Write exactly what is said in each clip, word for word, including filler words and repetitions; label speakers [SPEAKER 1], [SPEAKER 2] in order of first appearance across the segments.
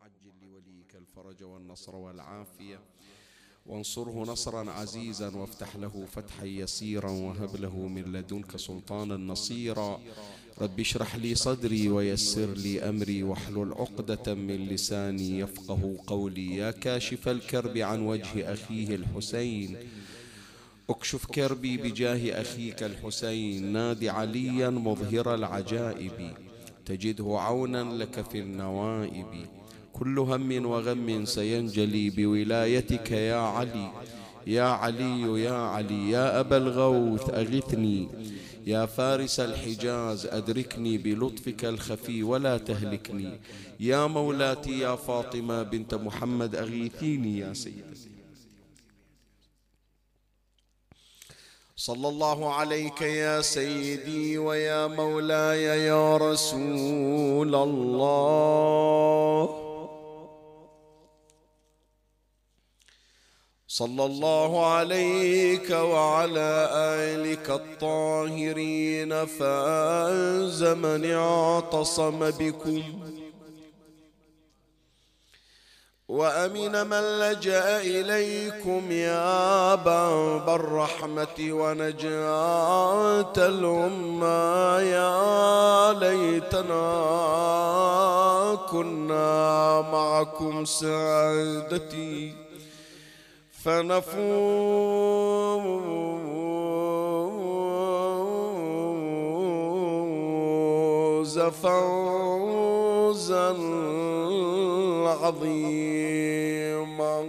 [SPEAKER 1] عجل لوليك الفرج والنصر والعافية، وانصره نصرا عزيزا، وافتح له فتحا يسيرا، وهب له من لدنك سلطانا نصيرا. رب اشرح لي صدري ويسر لي أمري، واحلل عقدة من لساني يفقه قولي. يا كاشف الكرب عن وجه أخيه الحسين، اكشف كربي بجاه أخيك الحسين. نادي عليا مظهر العجائب، تجده عونا لك في النوائب. كل هم وغم سينجلي بولايتك يا علي، يا علي يا علي. يا أبا الغوث أغثني، يا فارس الحجاز أدركني بلطفك الخفي ولا تهلكني. يا مولاتي يا فاطمة بنت محمد أغيثيني يا سيدتي. صلى الله عليك يا سيدي ويا مولاي يا رسول الله. صلى الله عليك وعلى آلك الطاهرين. فاز من اعتصم بكم، وأمن من لجأ إليكم يا باب الرحمة ونجاة الأمة. يا ليتنا كنا معكم سعادتي، فنفوز فوزا عظيما.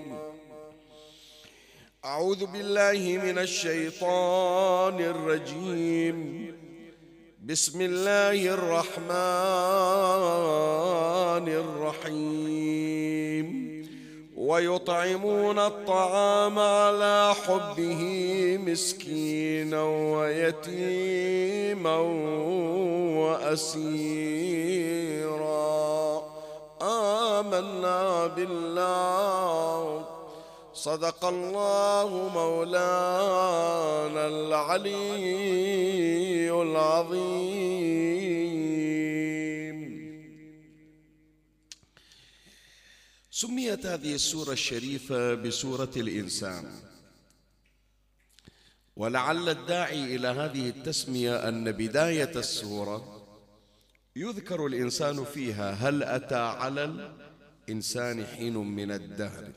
[SPEAKER 1] أعوذ بالله من الشيطان الرجيم. بسم الله الرحمن الرحيم. ويطعمون الطعام على حبه مسكينا ويتيما وأسيرا. آمنا بالله، صدق الله مولانا العلي العظيم. سميت هذه السورة الشريفة بسورة الإنسان، ولعل الداعي إلى هذه التسمية أن بداية السورة يذكر الإنسان فيها هل أتى على الإنسان حين من الدهر،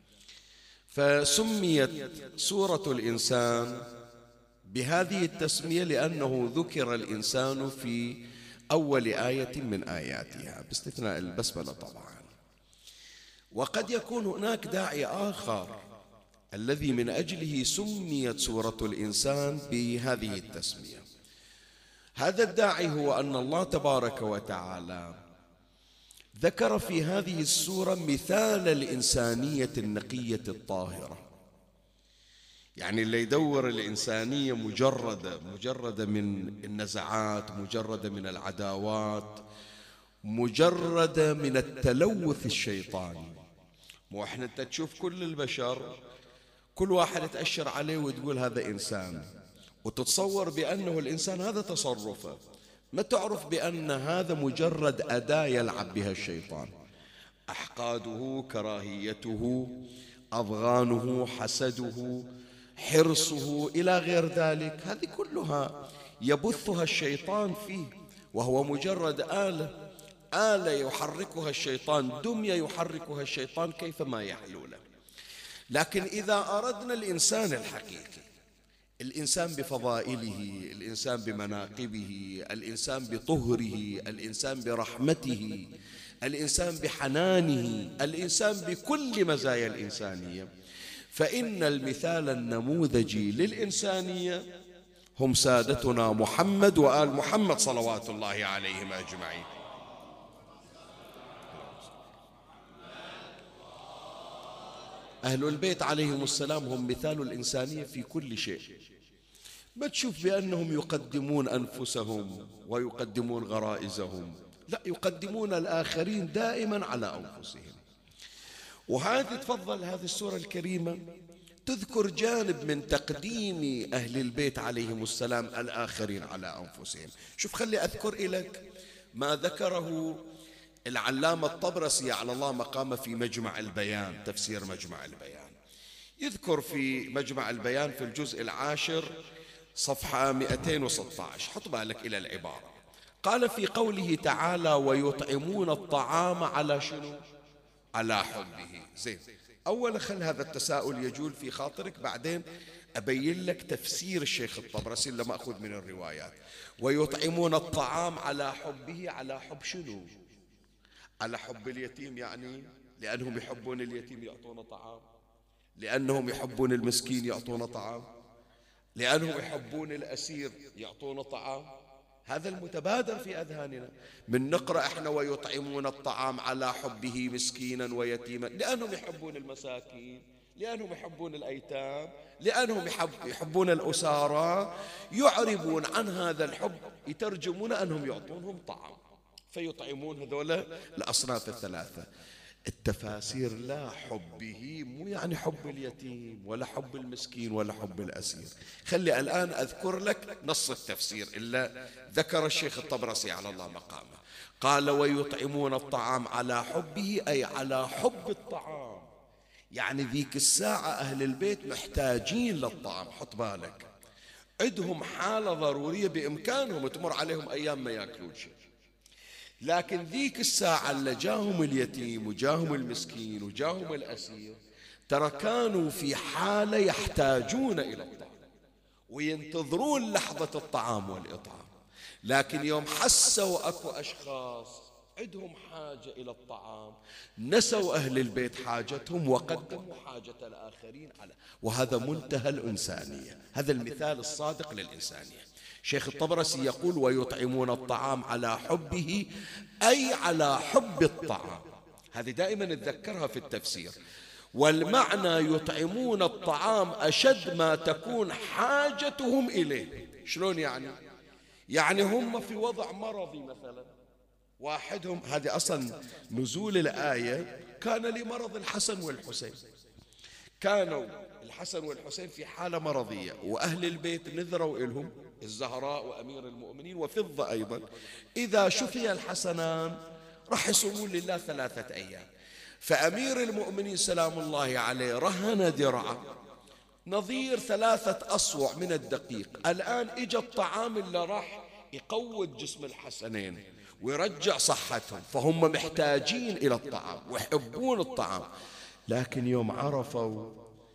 [SPEAKER 1] فسميت سورة الإنسان بهذه التسمية لأنه ذكر الإنسان في أول آية من آياتها باستثناء البسملة طبعا. وقد يكون هناك داعي آخر الذي من أجله سميت سورة الإنسان بهذه التسمية. هذا الداعي هو أن الله تبارك وتعالى ذكر في هذه السورة مثال الإنسانية النقية الطاهرة. يعني اللي يدور الإنسانية مجردة مجردة من النزعات، مجردة من العداوات، مجردة من التلوث الشيطاني. مو احنا انت تشوف كل البشر كل واحد تأشر عليه وتقول هذا إنسان، وتتصور بأنه الإنسان هذا تصرفه، ما تعرف بأن هذا مجرد أداة يلعب بها الشيطان. أحقاده، كراهيته، أضغانه، حسده، حرصه إلى غير ذلك، هذه كلها يبثها الشيطان فيه، وهو مجرد آلة آلة يحركها الشيطان، دمية يحركها الشيطان كيفما يحلو له. لكن إذا أردنا الإنسان الحقيقي، الإنسان بفضائله، الإنسان بمناقبه، الإنسان بطهره، الإنسان برحمته، الإنسان بحنانه، الإنسان بكل مزايا الإنسانية، فإن المثال النموذجي للإنسانية هم سادتنا محمد وآل محمد صلوات الله عليهم أجمعين. أهل البيت عليهم السلام هم مثال الإنسانية في كل شيء. ما تشوف بأنهم يقدمون أنفسهم ويقدمون غرائزهم، لا، يقدمون الآخرين دائما على أنفسهم. وهذه تفضل هذه السورة الكريمة تذكر جانب من تقديم أهل البيت عليهم السلام الآخرين على أنفسهم. شوف، خلي أذكر لك ما ذكره العلامة الطبرسي على الله مقامه في مجمع البيان، تفسير مجمع البيان، يذكر في مجمع البيان في الجزء العاشر صفحة مئتين وستة عشر، حط بالك إلى العبارة، قال في قوله تعالى ويطعمون الطعام على شنو؟ على حبه. زين، أولا خل هذا التساؤل يجول في خاطرك، بعدين أبين لك تفسير الشيخ الطبرسي اللي مأخوذ من الروايات. ويطعمون الطعام على حبه، على حب شنو؟ على حب اليتيم، يعني لأنهم يحبون اليتيم يعطون طعام، لأنهم يحبون المسكين يعطون طعام، لأنهم يحبون الأسير يعطون طعام. هذا المتبادر في أذهاننا من نقرأ إحنا ويطعمون الطعام على حبه مسكينا ويتيما، لأنهم يحبون المساكين، لأنهم يحبون الأيتام، لأنهم يحب يحبون الأسارى، يعربون عن هذا الحب، يترجمون أنهم يعطونهم طعام، فيطعمون هذول الأصناف الثلاثة. التفاسير لا حبه مو يعني حب اليتيم ولا حب المسكين ولا حب الأسير. خلي الآن أذكر لك نص التفسير إلا ذكر الشيخ الطبرسي على الله مقامه، قال ويطعمون الطعام على حبه، أي على حب الطعام، يعني ذيك الساعة أهل البيت محتاجين للطعام. حط بالك عندهم حالة ضرورية بإمكانهم تمر عليهم أيام ما يأكلون شيء، لكن ذيك الساعة اللي جاهم اليتيم وجاهم المسكين وجاهم الأسير، ترى كانوا في حالة يحتاجون إلى الطعام وينتظرون لحظة الطعام والإطعام، لكن يوم حسوا أكو أشخاص عندهم حاجة إلى الطعام، نسوا أهل البيت حاجتهم وقدموا حاجة الآخرين على، وهذا منتهى الإنسانية، هذا المثال الصادق للإنسانية. شيخ الطبرسي يقول ويطعمون الطعام على حبه، أي على حب الطعام، هذه دائما نتذكرها في التفسير. والمعنى يطعمون الطعام أشد ما تكون حاجتهم إليه. شلون يعني؟ يعني هم في وضع مرضي مثلا، واحدهم، هذه أصلا نزول الآية كان لمرض الحسن والحسين، كانوا الحسن والحسين في حالة مرضية، وأهل البيت نذروا إلهم الزهراء وأمير المؤمنين وفضة أيضا، إذا شفي الحسنان راح يصومون لله ثلاثة أيام. فأمير المؤمنين سلام الله عليه رهن درعه نظير ثلاثة أصوع من الدقيق، الآن إجا الطعام اللي راح يقوض جسم الحسنين ويرجع صحتهم، فهم محتاجين إلى الطعام ويحبون الطعام، لكن يوم عرفوا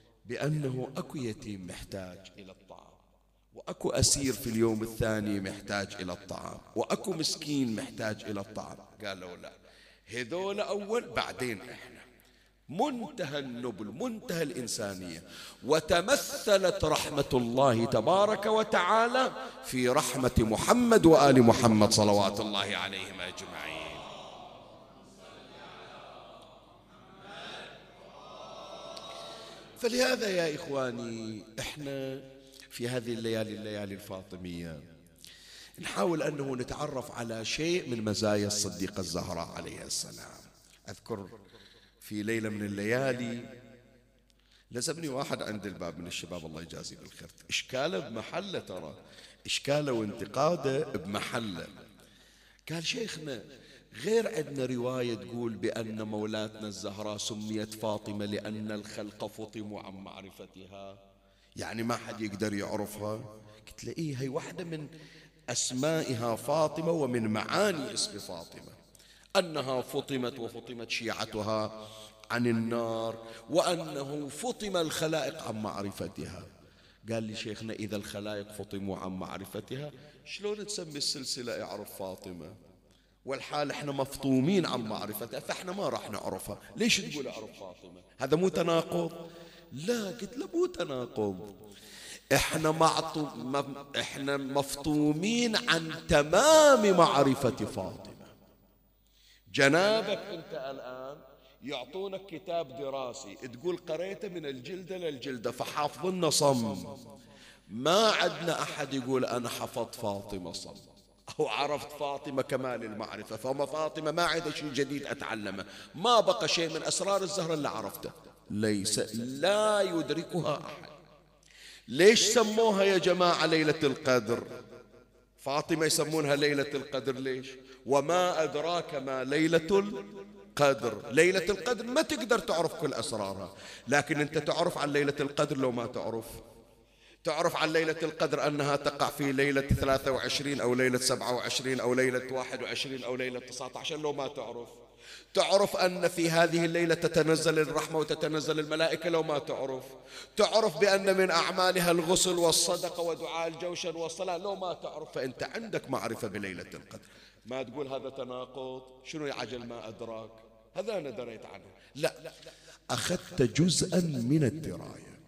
[SPEAKER 1] بأنه أكو يتيم محتاج إلى الطعام، وأكو أسير في اليوم الثاني محتاج إلى الطعام، وأكو مسكين محتاج إلى الطعام، قالوا لا، هذول أول بعدين إحنا. منتهى النبل، منتهى الإنسانية. وتمثلت رحمة الله تبارك وتعالى في رحمة محمد وآل محمد صلوات الله عليهم أجمعين. فلهذا يا إخواني إحنا في هذه الليالي الليالي الفاطمية نحاول أنه نتعرف على شيء من مزايا الصديقة الزهراء عليه السلام. أذكر في ليلة من الليالي لزمني واحد عند الباب من الشباب الله يجازيه بالخير، إشكاله بمحله، ترى إشكاله وانتقاده بمحله. قال شيخنا غير عندنا رواية تقول بأن مولاتنا الزهراء سميت فاطمة لأن الخلق فطموا عن معرفتها، يعني ما حد يقدر يعرفها. قلت له إيه، هي واحدة من أسمائها فاطمة، ومن معاني اسم فاطمة أنها فطمت وفطمت شيعتها عن النار، وأنه فطم الخلائق عن معرفتها. قال لي شيخنا إذا الخلائق فطموا عن معرفتها شلون تسمي السلسلة اعرف فاطمة، والحال احنا مفطومين عن معرفتها فاحنا ما راح نعرفها، ليش تقول اعرف فاطمة؟ هذا مو تناقض؟ لا، قلت له مو تناقض، احنا معطو احنا مفطومين عن تمام معرفة فاطمة. جنابك انت الان يعطونك كتاب دراسي تقول قريته من الجلدة للجلدة فحافظنا صم، ما عندنا احد يقول انا حفظت فاطمة صم أو عرفت فاطمة كمال المعرفة، فما فاطمة ما عندها شيء جديد أتعلمه، ما بقى شيء من أسرار الزهرة اللي عرفته، ليس لا يدركها أحد. ليش سموها يا جماعة ليلة القدر؟ فاطمة يسمونها ليلة القدر ليش؟ وما أدراك ما ليلة القدر. ليلة القدر ما تقدر تعرف كل أسرارها، لكن أنت تعرف عن ليلة القدر لو ما تعرف. تعرف عن ليلة القدر أنها تقع في ليلة ثلاثة وعشرين أو ليلة سبعة وعشرين أو ليلة واحد وعشرين أو ليلة تسعة عشر لو ما تعرف. تعرف أن في هذه الليلة تتنزل الرحمة وتتنزل الملائكة لو ما تعرف. تعرف بأن من أعمالها الغسل والصدقة ودعاء الجوشن والصلاة لو ما تعرف. فأنت عندك معرفة بليلة القدر، ما تقول هذا تناقض، شنو يعجل ما أدراك، هذا أنا دريت عنه. لا، أخذت جزءا من الدراية،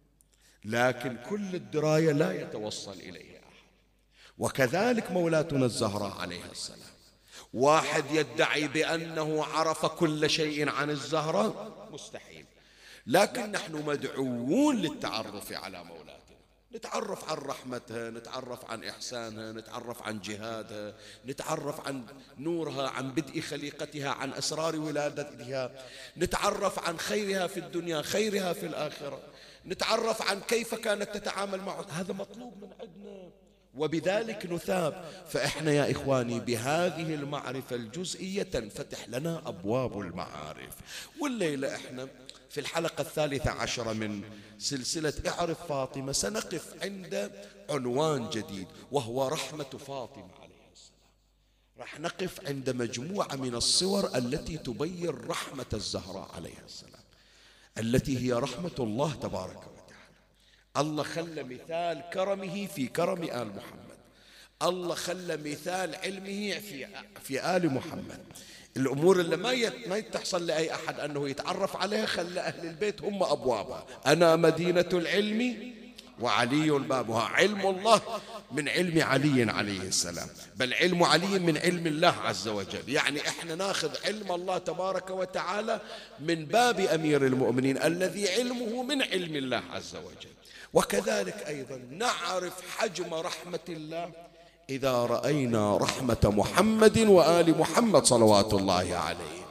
[SPEAKER 1] لكن كل الدراية لا يتوصل إليه أحد. وكذلك مولاتنا الزهراء عليها السلام، واحد يدعي بأنه عرف كل شيء عن الزهراء مستحيل، لكن نحن مدعوون للتعرف على مولاتنا، نتعرف عن رحمتها، نتعرف عن إحسانها، نتعرف عن جهادها، نتعرف عن نورها، عن بدء خليقتها، عن أسرار ولادتها، نتعرف عن خيرها في الدنيا، خيرها في الآخرة، نتعرف عن كيف كانت تتعامل معه. هذا مطلوب من عندنا وبذلك نثاب. فإحنا يا إخواني بهذه المعرفة الجزئية تنفتح لنا أبواب المعارف. والليلة إحنا في الحلقة الثالثة عشرة من سلسلة اعرف فاطمة سنقف عند عنوان جديد وهو رحمة فاطمة عليها السلام. راح نقف عند مجموعة من الصور التي تبين رحمة الزهراء عليها السلام، التي هي رحمة الله تبارك وتعالى. الله خلى مثال كرمه في كرم آل محمد، الله خلى مثال علمه في في آل محمد. الأمور اللي ما ما تحصل لأي أحد أنه يتعرف عليها خلى أهل البيت هم أبوابها. أنا مدينة العلم وعلي بابها. علم الله من علم علي عليه السلام، بل علم علي من علم الله عز وجل. يعني إحنا ناخذ علم الله تبارك وتعالى من باب أمير المؤمنين الذي علمه من علم الله عز وجل. وكذلك أيضا نعرف حجم رحمة الله إذا رأينا رحمة محمد وآل محمد صلوات الله عليه.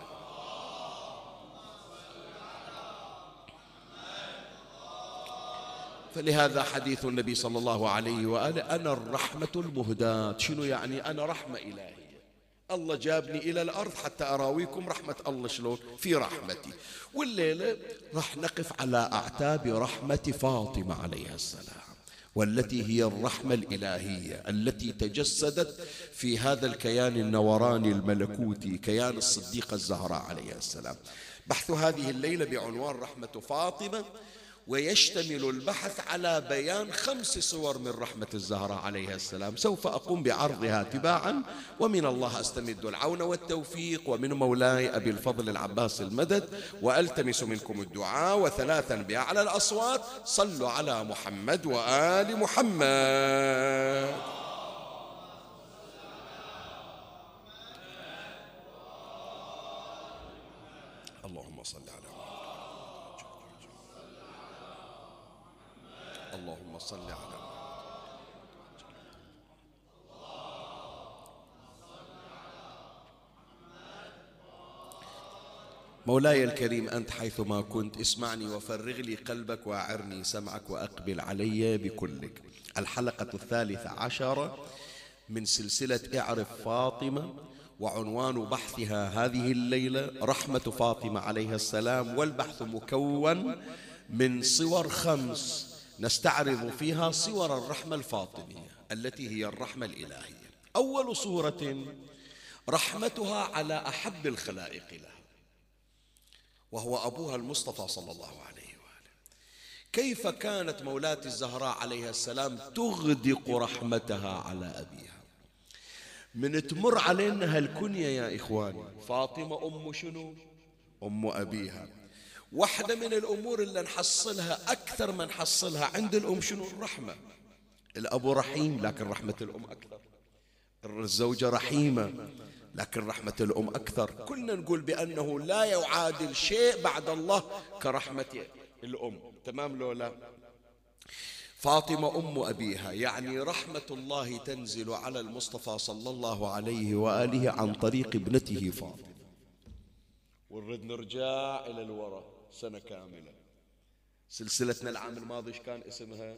[SPEAKER 1] فلهذا حديث النبي صلى الله عليه وآله أنا الرحمة المهداة. شنو يعني؟ أنا رحمة إلهية، الله جابني إلى الأرض حتى أراويكم رحمة الله شلون في رحمتي. والليلة راح نقف على أعتاب رحمة فاطمة عليها السلام، والتي هي الرحمة الإلهية التي تجسدت في هذا الكيان النوراني الملكوتي، كيان الصديقة الزهراء عليها السلام. بحث هذه الليلة بعنوان رحمة فاطمة، ويشتمل البحث على بيان خمس صور من رحمة الزهراء عليها السلام. سوف أقوم بعرضها تباعا، ومن الله أستمد العون والتوفيق، ومن مولاي أبي الفضل العباس المدد، وألتمس منكم الدعاء. وثلاثا بأعلى الأصوات صلوا على محمد وآل محمد. اللهم صل على محمد. اللهم صل على محمد. مولاي الكريم أنت حيثما كنت اسمعني وفرغ لي قلبك وأعرني سمعك وأقبل علي بكلك. الحلقة الثالثة عشرة من سلسلة اعرف فاطمة، وعنوان بحثها هذه الليلة رحمة فاطمة عليها السلام. والبحث مكون من صور خمس نستعرض فيها صور الرحمة الفاطمية التي هي الرحمة الإلهية. أول صورة رحمتها على أحب الخلائق لها، وهو أبوها المصطفى صلى الله عليه وآله. كيف كانت مولاة الزهراء عليها السلام تغدق رحمتها على أبيها. من تمر علينا هالكنية يا إخواني فاطمة أم شنو؟ أم أبيها. واحدة من الأمور اللي نحصلها أكثر ما نحصلها عند الأم شنو؟ الرحمة. الأب رحيم لكن رحمة الأم أكثر، الزوجة رحيمة لكن رحمة الأم أكثر. كنا نقول بأنه لا يعادل شيء بعد الله كرحمة الأم، تمام لو لا؟ فاطمة أم أبيها، يعني رحمة الله تنزل على المصطفى صلى الله عليه وآله عن طريق ابنته فاطمة. ونريد نرجع إلى الوراء سنة كاملة. سلسلتنا العام الماضي ايش كان اسمها؟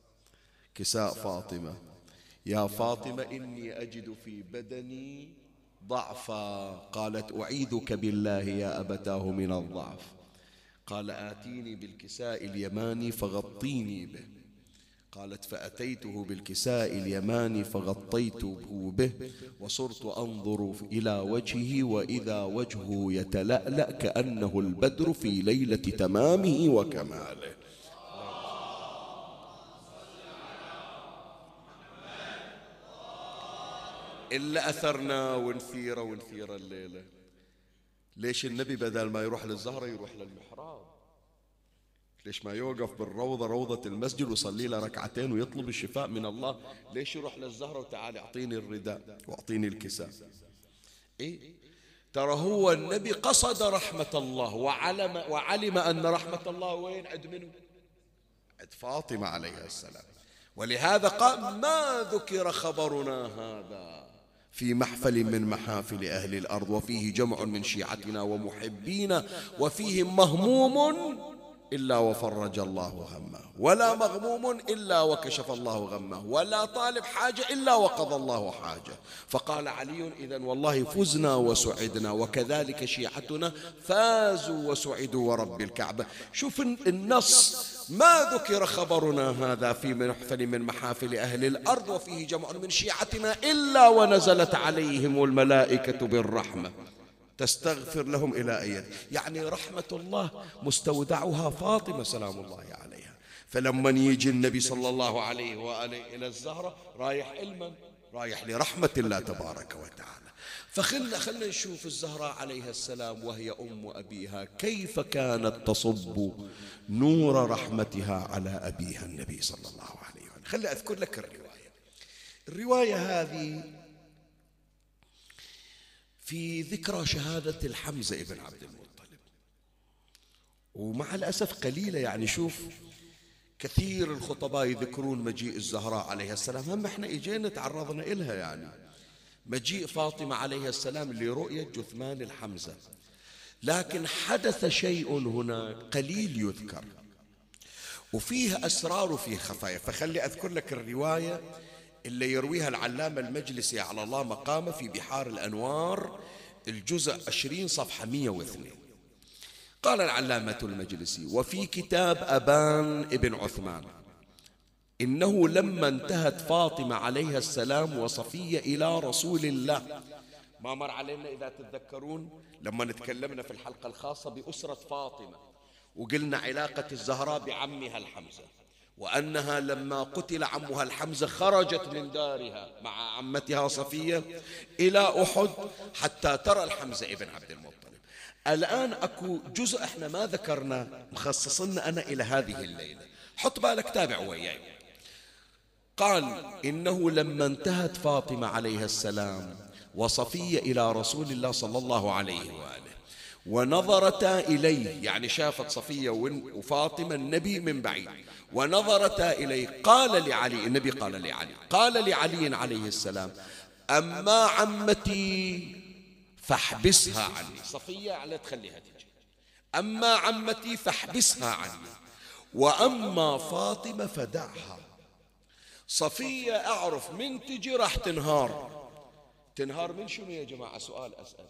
[SPEAKER 1] كساء فاطمة. يا فاطمة إني أجد في بدني ضعفا. قالت أعيذك بالله يا أبتاه من الضعف. قال آتيني بالكساء اليماني فغطيني به. قالت فأتيته بالكساء اليماني فغطيته به وصرت أنظر إلى وجهه وإذا وجهه يتلألأ كأنه البدر في ليلة تمامه وكماله. إلا أثرنا ونثير ونثير الليلة. ليش النبي بدل ما يروح للزهرة يروح للمحراب؟ ليش ما يوقف بالروضة روضة المسجد ويصلي له ركعتين ويطلب الشفاء من الله؟ ليش يروح للزهرة وتعالي أعطيني الرداء وأعطيني الكساء؟ إيه؟ ترى هو النبي قصد رحمة الله وعلم, وعلم أن رحمة الله وين؟ عند منه؟ عند فاطمة عليها السلام. ولهذا قال ما ذكر خبرنا هذا في محفل من محافل أهل الأرض وفيه جمع من شيعتنا ومحبينا وفيهم مهموم إلا وفرج الله همه ولا مغموم إلا وكشف الله غمه ولا طالب حاجة إلا وقضى الله حاجة. فقال علي إذن والله فزنا وسعدنا وكذلك شيعتنا فازوا وسعدوا ورب الكعبة. شوف النص ما ذكر خبرنا هذا في محفل من محافل أهل الأرض وفيه جمع من شيعتنا إلا ونزلت عليهم الملائكة بالرحمة تستغفر لهم إلى أيد. يعني رحمة الله مستودعها فاطمة سلام الله عليها. فلما يجي النبي صلى الله عليه وآله إلى الزهرة رايح علما رايح لرحمة الله تبارك وتعالى. فخلنا خلنا نشوف الزهراء عليها السلام وهي أم أبيها كيف كانت تصب نور رحمتها على أبيها النبي صلى الله عليه وآله. خلنا أذكر لك الرواية. الرواية هذه في ذكرى شهادة الحمزة ابن عبد المطلب، ومع الأسف قليلة. يعني شوف كثير الخطباء يذكرون مجيء الزهراء عليها السلام، هم احنا اجينا تعرضنا إلها. يعني مجيء فاطمة عليها السلام لرؤية جثمان الحمزة، لكن حدث شيء هنا قليل يذكر وفيه أسرار وفيه خفايا. فخلي أذكر لك الرواية اللي يرويها العلامة المجلسي على الله مقامه في بحار الأنوار الجزء عشرين صفحة مئة واثنين. قال العلامة المجلسي وفي كتاب أبان ابن عثمان إنه لما انتهت فاطمة عليها السلام وصفية إلى رسول الله، ما مر علينا إذا تتذكرون لما نتكلمنا في الحلقة الخاصة بأسرة فاطمة وقلنا علاقة الزهراء بعمها الحمزة، وأنها لما قتل عمها الحمزة خرجت من دارها مع عمتها صفية إلى أحد حتى ترى الحمزة ابن عبد المطلب. الآن أكو جزء احنا ما ذكرنا مخصصنا أنا إلى هذه الليلة، حط بالك تابع وياي. قال إنه لما انتهت فاطمة عليها السلام وصفية إلى رسول الله صلى الله عليه وآله ونظرتا إليه، يعني شافت صفية وفاطمة النبي من بعيد ونظرتا إليه، قال لعلي، النبي قال لعلي قال لعلي عليه السلام أما عمتي فاحبسها عني. صفية على تخليها تجي. أما عمتي فاحبسها عني وأما فاطمة فدعها. صفية أعرف من تجي راح تنهار. تنهار من شنو يا جماعة؟ سؤال أسأل،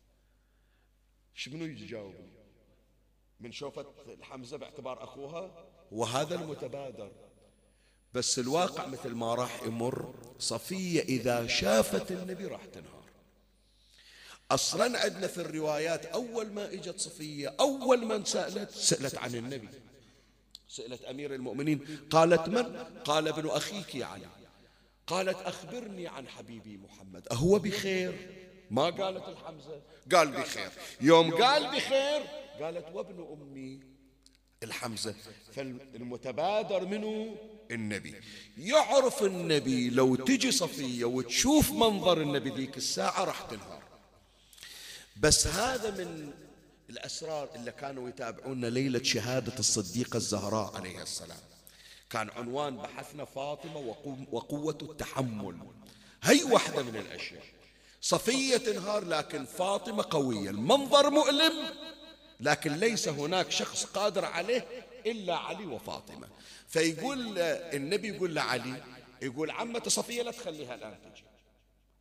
[SPEAKER 1] شنو يجاوب؟ من شوفت الحمزة باعتبار أخوها، وهذا المتبادر. بس الواقع مثل ما راح يمر، صفية إذا شافت النبي راح تنهار. أصلا عندنا في الروايات أول ما إجت صفية أول من سألت سألت عن النبي، سألت أمير المؤمنين قالت من؟ قال ابن أخيك يا علي. قالت أخبرني عن حبيبي محمد أهو بخير؟ ما قالت الحمزة، قال بخير. يوم قال بخير قالت وابن أمي الحمزة. فالمتبادر منه النبي. يعرف النبي لو تجي صفية وتشوف منظر النبي ذيك الساعة راح تنهار. بس هذا من الأسرار اللي كانوا يتابعونا ليلة شهادة الصديقة الزهراء عليها السلام. كان عنوان بحثنا فاطمة وقوة التحمل. هي واحدة من الأشياء. صفية تنهار لكن فاطمة قوية. المنظر مؤلم لكن ليس هناك شخص قادر عليه إلا علي وفاطمة. فيقول النبي يقول لعلي، يقول عمة صفية لا تخليها الآن تجي،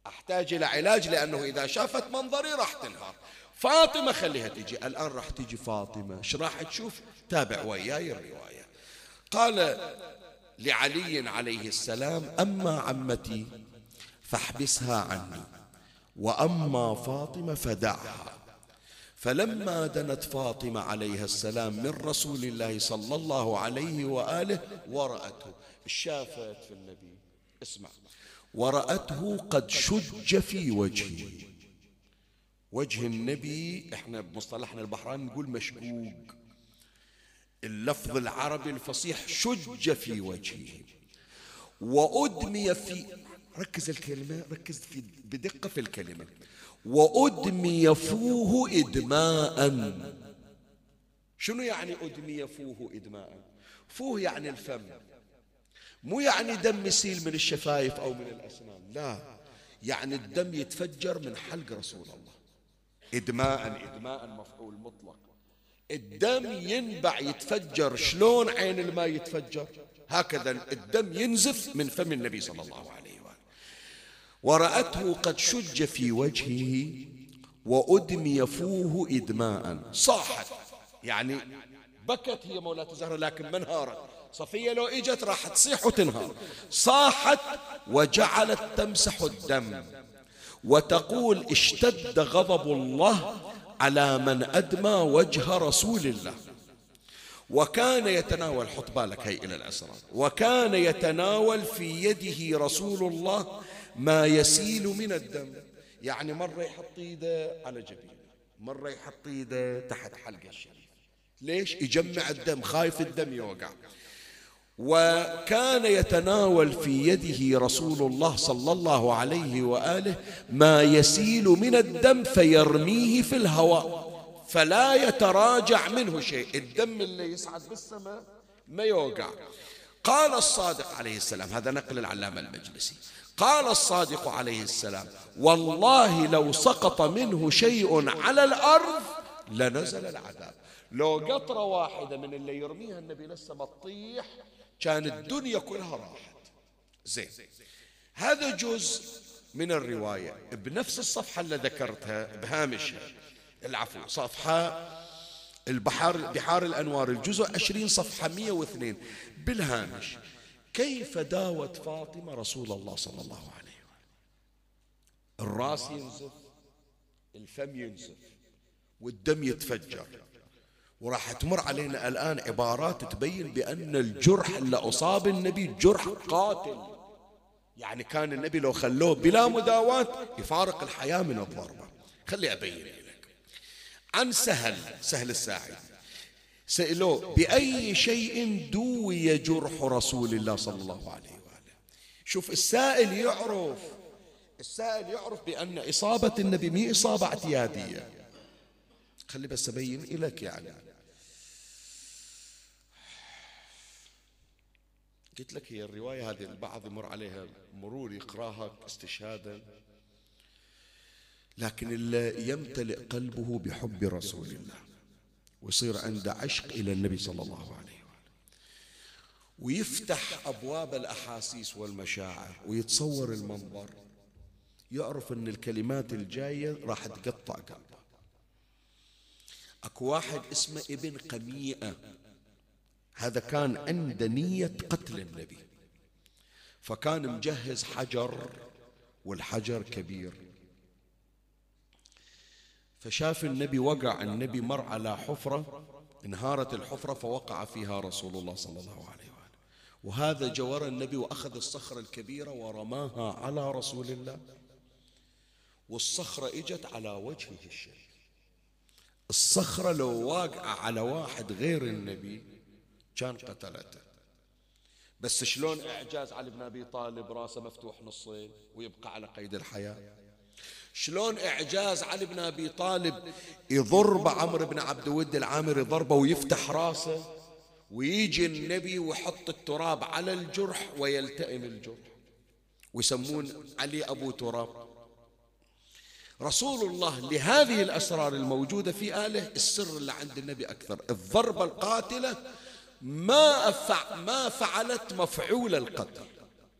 [SPEAKER 1] أحتاج إلى علاج، لأنه إذا شافت منظري راح تنهار. فاطمة خليها تجي. الآن راح تجي فاطمة، ايش راح تشوف؟ تابع وياي الرواية. قال لعلي عليه السلام: أما عمتي فاحبسها عني، وأما فاطمة فدعها. فلما دنت فاطمة عليها السلام من رسول الله صلى الله عليه وآله ورأته، شافت في النبي، اسمع، ورأته قد شج في وجهه. وجه النبي احنا بمصطلحنا البحراني نقول مشقوق، اللفظ العربي الفصيح شج في وجهه وأدمي في، ركز الكلمة، ركز في بدقة في الكلمة، وأدمي فوه إدماء. شنو يعني أدمي فوه إدماء؟ فوه يعني الفم، مو يعني دم يسيل من الشفايف أو من الأسنان، لا، يعني الدم يتفجر من حلق رسول الله. إدماء، إدماء مفعول مطلق. الدم ينبع يتفجر. شلون عين الماء يتفجر؟ هكذا الدم ينزف من فم النبي صلى الله عليه وآله. ورأته قد شج في وجهه وأدمي فوه إدماء. صاحت يعني بكت هي مولاة الزهرة، لكن ما انهارت. صفية لو اجت راح تصيح وتنهار. صاحت وجعلت تمسح الدم وتقول: اشتد غضب الله على من أدمى وجه رسول الله. وكان يتناول، حط بالك هي إلى الأسرار، وكان يتناول في يده رسول الله ما يسيل من الدم. يعني مرة يحط يده على جبينه، مرة يحط يده تحت حلقه الشريف. ليش؟ يجمع الدم، خايف الدم يوقع. وكان يتناول في يده رسول الله صلى الله عليه وآله ما يسيل من الدم فيرميه في الهواء فلا يتراجع منه شيء. الدم اللي يصعد بالسماء ما يوقع. قال الصادق عليه السلام، هذا نقل العلامة المجلسي، قال الصادق عليه السلام: والله لو سقط منه شيء على الأرض لنزل العذاب. لو قطرة واحدة من اللي يرميها النبي للسماء تطيح كان الدنيا كلها راحت. زين، هذا جزء من الرواية بنفس الصفحة اللي ذكرتها بهامشها، العفو، صفحة البحار بحار الأنوار الجزء عشرين صفحة مئة واثنين بالهامش. كيف داوت فاطمة رسول الله صلى الله عليه وسلم؟ الرأس ينزف، الفم ينزف، والدم يتفجر. وراح تمر علينا الآن عبارات تبين بأن الجرح اللي أصاب النبي جرح قاتل، يعني كان النبي لو خلوه بلا مداواة يفارق الحياة من الضربة. خلي أبين لك. عن سهل سهل الساعدي سألوه: بأي شيء دوي جرح رسول الله صلى الله عليه وآله؟ شوف السائل يعرف، السائل يعرف بأن إصابة النبي مي إصابة اعتيادية. خلي بس أبين لك. يعني قلت لك هي الرواية هذه البعض يمر عليها مرور يقراها استشهادا، لكن اللي يمتلئ قلبه بحب رسول الله ويصير عنده عشق إلى النبي صلى الله عليه وآله ويفتح أبواب الأحاسيس والمشاعر ويتصور المنظر، يعرف أن الكلمات الجاية راح تقطع قلبه. أكو واحد اسمه ابن قميئة، هذا كان عنده نية قتل النبي، فكان مجهز حجر والحجر كبير، فشاف النبي وقع، النبي مر على حفرة، انهارت الحفرة فوقع فيها رسول الله صلى الله عليه وآله، وهذا جور النبي وأخذ الصخرة الكبيرة ورماها على رسول الله، والصخرة اجت على وجهه الشريف. الصخرة لو واقعة على واحد غير النبي كان قتلته. بس شلون إعجاز علي بن أبي طالب راسه مفتوح نصين ويبقى على قيد الحياة؟ شلون إعجاز علي بن أبي طالب يضرب عمرو بن عبد ود العامري ضربه ويفتح راسه ويجي النبي ويحط التراب على الجرح ويلتئم الجرح ويسمون علي أبو تراب. رسول الله لهذه الأسرار الموجودة في آله السر اللي عند النبي أكثر. الضربة القاتلة ما أفع ما فعلت مفعول القتل،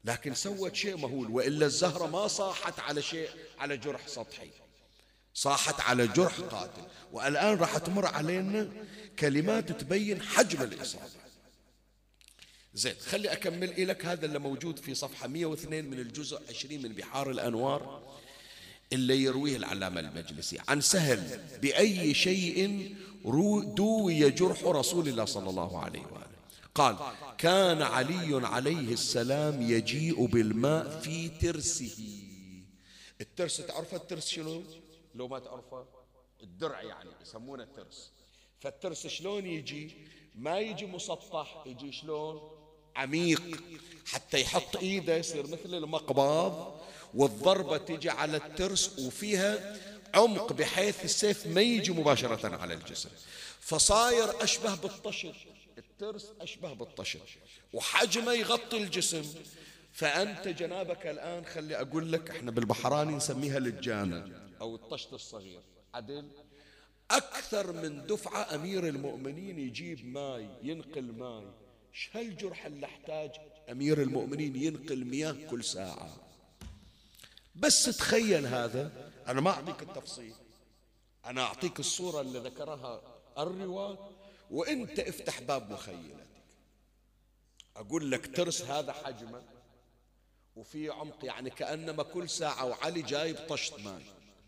[SPEAKER 1] لكن سوت شيء مهول، وإلا الزهرة ما صاحت على شيء، على جرح سطحي، صاحت على جرح قاتل. والآن راح تمر علينا كلمات تبين حجم الإصابة. زين، خلي أكمل لك هذا اللي موجود في صفحة مئة واثنين من الجزء عشرين من بحار الأنوار، اللي يرويه العلامة المجلسي عن سهل: بأي شيء دوي جرح رسول الله صلى الله عليه وآله؟ قال: كان علي عليه السلام يجيء بالماء في ترسه. الترس تعرفه الترس شنو؟ لو ما تعرفه، الدرع يعني يسمونه الترس. فالترس شلون يجي؟ ما يجي مسطح، يجي شلون؟ عميق، حتى يحط ايده يصير مثل المقباض، والضربة تجي على الترس وفيها عمق بحيث السيف ما يجي مباشرة على الجسم، فصاير أشبه بالطشت. الترس أشبه بالطشت وحجمه يغطي الجسم. فأنت جنابك الآن، خلي أقول لك، احنا بالبحراني نسميها لجانة أو الطشت الصغير. عدل أكثر من دفعة أمير المؤمنين يجيب ماي، ينقل ماي. ايش هالجرح اللي احتاج أمير المؤمنين ينقل مياه كل ساعة؟ بس تخيل هذا. أنا ما أعطيك التفصيل، أنا أعطيك الصورة اللي ذكرها الرواة، وإنت افتح باب مخيلتك. أقول لك ترس هذا حجمه وفي عمق، يعني كأنما كل ساعة وعلي جايب طشت ماء.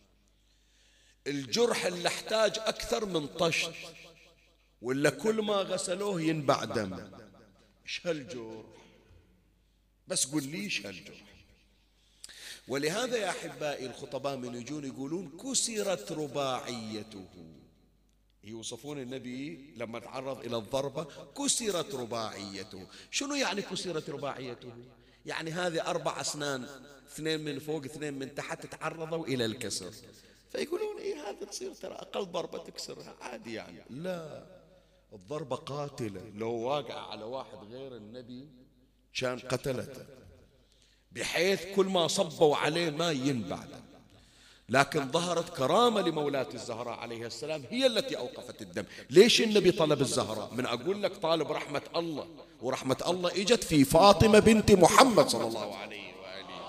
[SPEAKER 1] الجرح اللي احتاج أكثر من طشت، ولا كل ما غسلوه ينبع دم. ايش هالجرح؟ بس قل لي ايش هالجرح. ولهذا يا أحبائي الخطباء من يجون يقولون كسرت رباعيته. يوصفون النبي لما تعرض إلى الضربة كسرت رباعيته. شنو يعني كسرت رباعيته؟ يعني هذه أربع أسنان، اثنين من فوق اثنين من تحت، تعرضوا إلى الكسر. فيقولون إيه هذا تصير ترى أقل ضربة تكسرها عادي يعني. لا، الضربة قاتلة، لو واقع على واحد غير النبي كان قتلته، بحيث كل ما صبوا عليه ما ينبع. لكن ظهرت كرامة لمولاة الزهراء عليه السلام، هي التي أوقفت الدم. ليش النبي طلب الزهراء؟ من أقول لك طالب رحمة الله، ورحمة الله إجت في فاطمة بنت محمد صلى الله عليه وآله.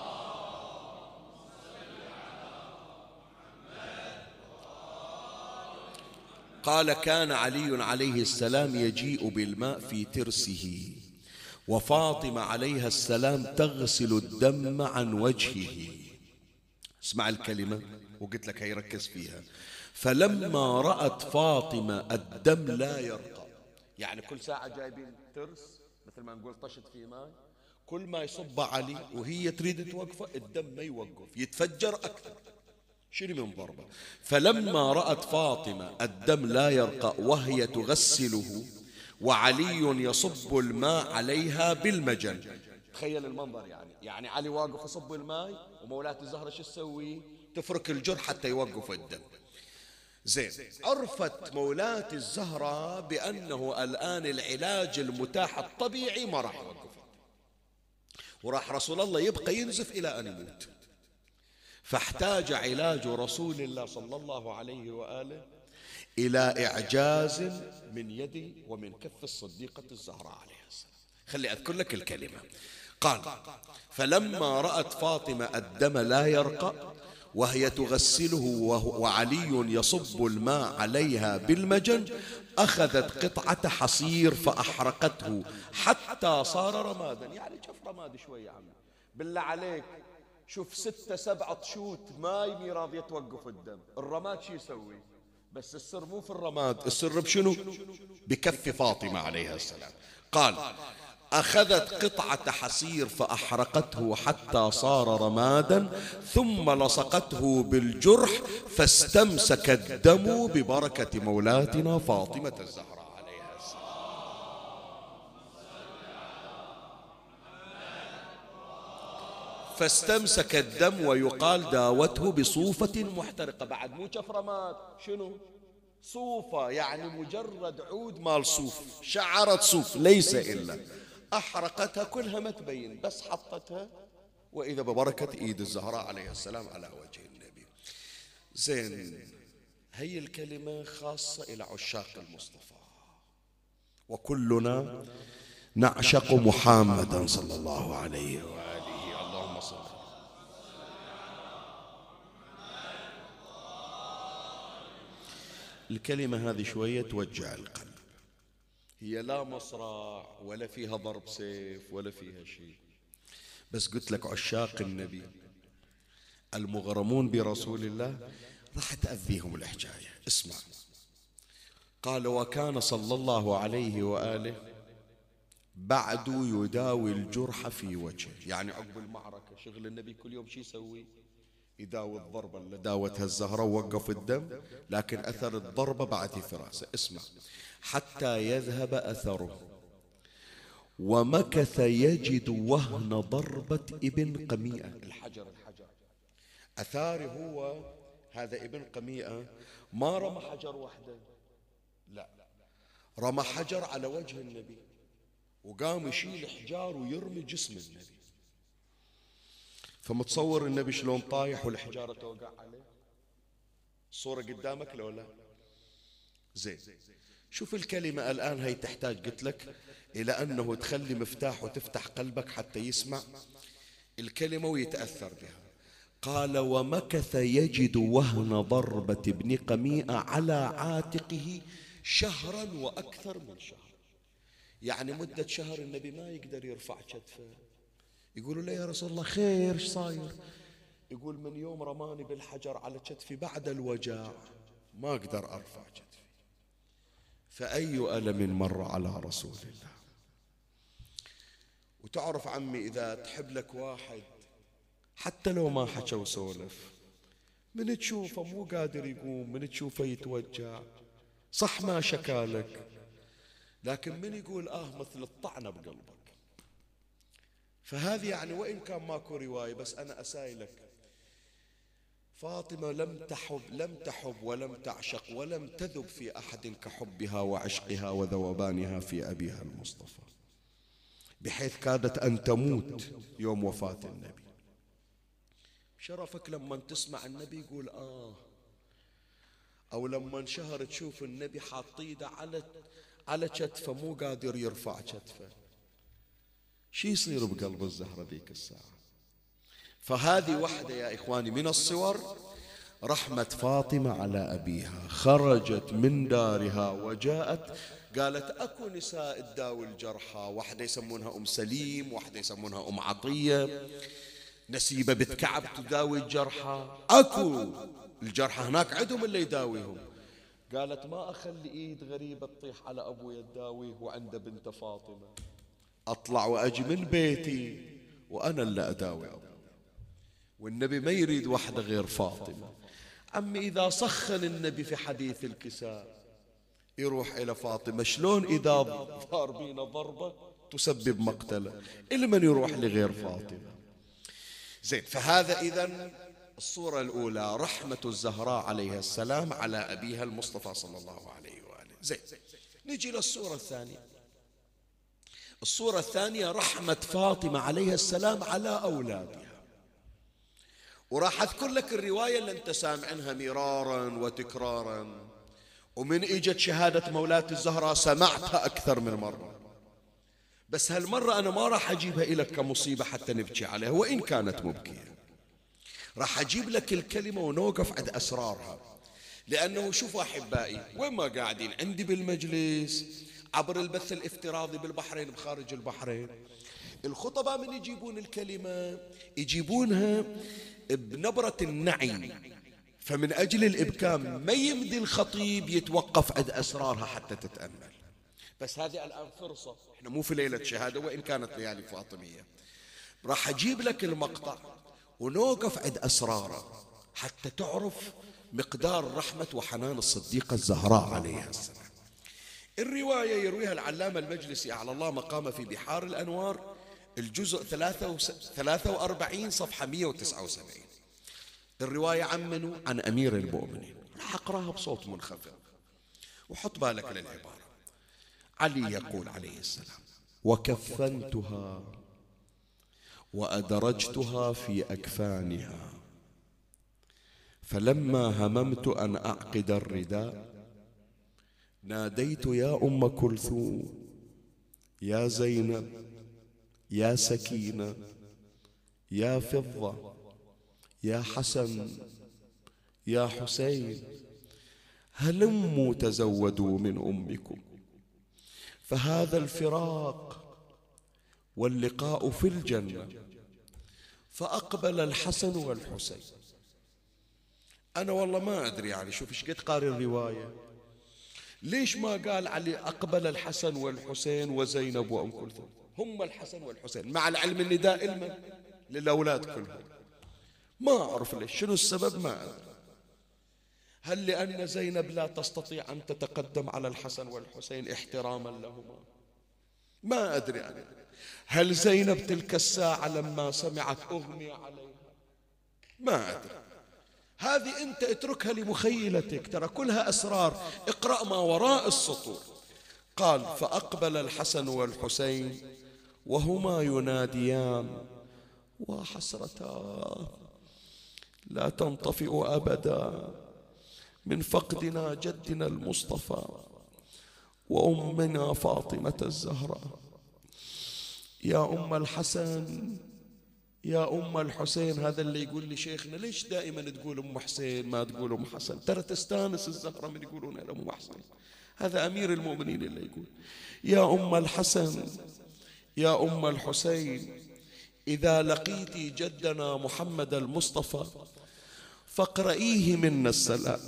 [SPEAKER 1] قال: كان علي عليه السلام يجيء بالماء في ترسه، وفاطمة عليها السلام تغسل الدم عن وجهه. اسمع الكلمة وقلت لك هي ركز فيها. فلما رأت فاطمة الدم لا يرقى، يعني كل ساعة جايبين ترس مثل ما نقول طشت في ماء، كل ما يصب علي وهي تريد توقفه الدم ما يوقف، يتفجر أكثر. شنو من ضربة؟ فلما رأت فاطمة الدم لا يرقى وهي تغسله وعلي يصب الماء عليها بالمجن. تخيل المنظر يعني يعني علي واقف يصب الماء، ومولاة الزهرة شو تسوي؟ تفرك الجرح حتى يوقف الدم. زين، عرفت مولاة الزهرة بأنه الآن العلاج المتاح الطبيعي ما راح يوقفه، وراح رسول الله يبقى ينزف إلى أن يموت. فاحتاج علاج رسول الله صلى الله عليه وآله إلى إعجاز من يد ومن كف الصديقة الزهراء عليها السلام. خلي أذكر لك الكلمة. قال: فلما رأت فاطمة الدم لا يرقى وهي تغسله وعلي يصب الماء عليها بالمجن، أخذت قطعة حصير فأحرقته حتى صار رمادا. يعني شوف رماد شوي يا عمي، بالله عليك شوف ستة سبعة شوت ماي مي راضية توقف الدم. الرماد شو يسوي؟ بس السر مو في الرماد، السر بشنو؟ بكف فاطمة عليها السلام. قال: أخذت قطعة حصير فأحرقته حتى صار رمادا، ثم لصقته بالجرح فاستمسك الدم ببركة مولاتنا فاطمة الزهراء عليها السلام. فاستمسك الدم، ويقال داوته بصوفة محترقة. بعد مو شف رماد، شنو؟ صوفة، يعني مجرد عود مال صوف، شعرت صوف ليس إلا أحرقتها كلها ما تبين، بس حطتها وإذا ببركة إيد الزهراء عليه السلام على وجه النبي. زين، هي الكلمة خاصة إلى عشاق المصطفى، وكلنا نعشق محمدا صلى الله عليه وآله. الكلمة هذه شوية توجع القلب، هي لا مصرع ولا فيها ضرب سيف ولا فيها شيء، بس قلت لك عشاق النبي المغرمون برسول الله راح تأذيهم الحجاية. اسمع، قال: وكان صلى الله عليه وآله بعد يداوي الجرح في وجهه، يعني عقب المعركة شغل النبي كل يوم شي يسوي؟ يداوي الضربة اللي داوتها الزهرة ووقف الدم، لكن أثر الضربة بعد في رأسه. اسمع: حتى يذهب أثره ومكث يجد وهن ضربة ابن قميئة. الحجر الحجر أثاري هو هذا ابن قميئة ما رمى حجر واحدة، لا، رمى حجر على وجه النبي وقام يشيل حجار ويرمي جسم النبي. فمتصور النبي شلون طايح والحجارة توقع عليه؟ الصورة قدامك لو لا؟ زين، شوف الكلمة الآن هي تحتاج قلت لك إلى أنه تخلي مفتاح وتفتح قلبك حتى يسمع الكلمة ويتأثر بها. قال: ومكث يجد وهن ضربة ابن قميئة على عاتقه شهرا وأكثر من شهر، يعني مدة شهر النبي ما يقدر يرفع كتفه. يقولوا له: يا رسول الله خير، ايش صاير؟ يقول: من يوم رماني بالحجر على كتفي بعد الوجاع ما أقدر أرفع كتفي. فأي ألم مر على رسول الله. وتعرف عمي إذا تحب لك واحد حتى لو ما حكى وسولف، من تشوفه مو قادر يقوم، من تشوفه يتوجع، صح ما شكالك، لكن من يقول آه مثل الطعنة بقلبك. فهذه يعني وإن كان ماكو رواية، بس أنا أسائلك، فاطمة لم تحب لم تحب ولم تعشق ولم تذب في أحد كحبها وعشقها وذوبانها في أبيها المصطفى، بحيث كادت أن تموت يوم وفاة النبي. شرفك لما تسمع النبي يقول آه، أو لما انشهر تشوف النبي حاط ايده على على كتفه مو قادر يرفع كتفه، شي يصير بقلب الزهرة ذيك الساعة. فهذه واحدة يا إخواني من الصور رحمة فاطمة على أبيها. خرجت من دارها وجاءت، قالت: أكو نساء تداوي الجرحى، واحدة يسمونها أم سليم، واحدة يسمونها أم عطية، نسيبة بنت كعب تداوي الجرحى، أكو الجرحى هناك عندهم اللي يداويهم. قالت: ما أخلي إيد غريبة تطيح على أبوي تداويه وعنده بنت فاطمة، أطلع وأجي من بيتي وأنا اللي أداوي أبوي، والنبي ما يريد واحدة غير فاطمة. عمي إذا سخن النبي في حديث الكساء يروح إلى فاطمة، شلون إذا ضاربين ضربة تسبب مقتله إلى من يروح لغير فاطمة؟ زين، فهذا إذن الصورة الأولى رحمة الزهراء عليها السلام على أبيها المصطفى صلى الله عليه وآله. زين، نجي للصورة الثانية. الصورة الثانية رحمة فاطمة عليها السلام على أولادها. وراح أذكر لك الرواية اللي أنت سامعنها مرارا وتكرارا، ومن إجت شهادة مولاة الزهراء سمعتها أكثر من مرة، بس هالمرة أنا ما راح أجيبها إليك كمصيبة حتى نبكي عليها وإن كانت مبكية، راح أجيب لك الكلمة ونوقف عند أسرارها. لأنه شوفوا أحبائي، وين ما قاعدين عندي بالمجلس، عبر البث الافتراضي بالبحرين بخارج البحرين، الخطباء من يجيبون الكلمة يجيبونها بنبرة النعي، فمن أجل الإبكام ما يمدي الخطيب يتوقف عند أسرارها حتى تتأمل. بس هذه الآن فرصة، احنا مو في ليلة شهادة وإن كانت ليالي فاطمية، راح أجيب لك المقطع ونوقف عند أسراره حتى تعرف مقدار رحمة وحنان الصديقة الزهراء عليها السلام. الرواية يرويها العلامة المجلسي على الله مقامه في بحار الأنوار، الجزء ثلاثة وأربعين صفحة مئة وتسعة وسبعين. الرواية عن منو؟ عن أمير المؤمنين. راح أقراها بصوت منخفض وحط بالك للعبارة. علي يقول عليه السلام: وكفنتها وأدرجتها في أكفانها، فلما هممت أن أعقد الرداء ناديت يا أم كلثوم، يا زينب، يا سكينة، يا فضة، يا حسن، يا حسين، هلموا تزودوا من أمكم، فهذا الفراق واللقاء في الجنة. فأقبل الحسن والحسين. أنا والله ما أدري يعني شوف إيش قد قاري الرواية، ليش ما قال علي أقبل الحسن والحسين وزينب وأم كلثوم؟ هم الحسن والحسين، مع العلم أن دائما للأولاد كلهم. ما أعرف ليش، شنو السبب ما أدري. هل لأن زينب لا تستطيع أن تتقدم على الحسن والحسين احتراما لهما؟ ما أدري أنا. هل زينب تلك الساعة لما سمعت أغمي عليها؟ ما أدري. هذه أنت اتركها لمخيلتك، ترى كلها أسرار، اقرأ ما وراء السطور. قال فأقبل الحسن والحسين وهما يناديان وحسرتا لا تنطفئ أبدا من فقدنا جدنا المصطفى وأمنا فاطمة الزهراء. يا أم الحسن يا أم الحسين. هذا اللي يقول لي شيخنا ليش دائما تقول أم حسين ما تقول أم حسن؟ ترى تستانس الزهراء من يقولون أم حسين. هذا أمير المؤمنين اللي يقول يا أم الحسن يا أم الحسين، إذا لقيتي جدنا محمد المصطفى فاقرئيه منا السلام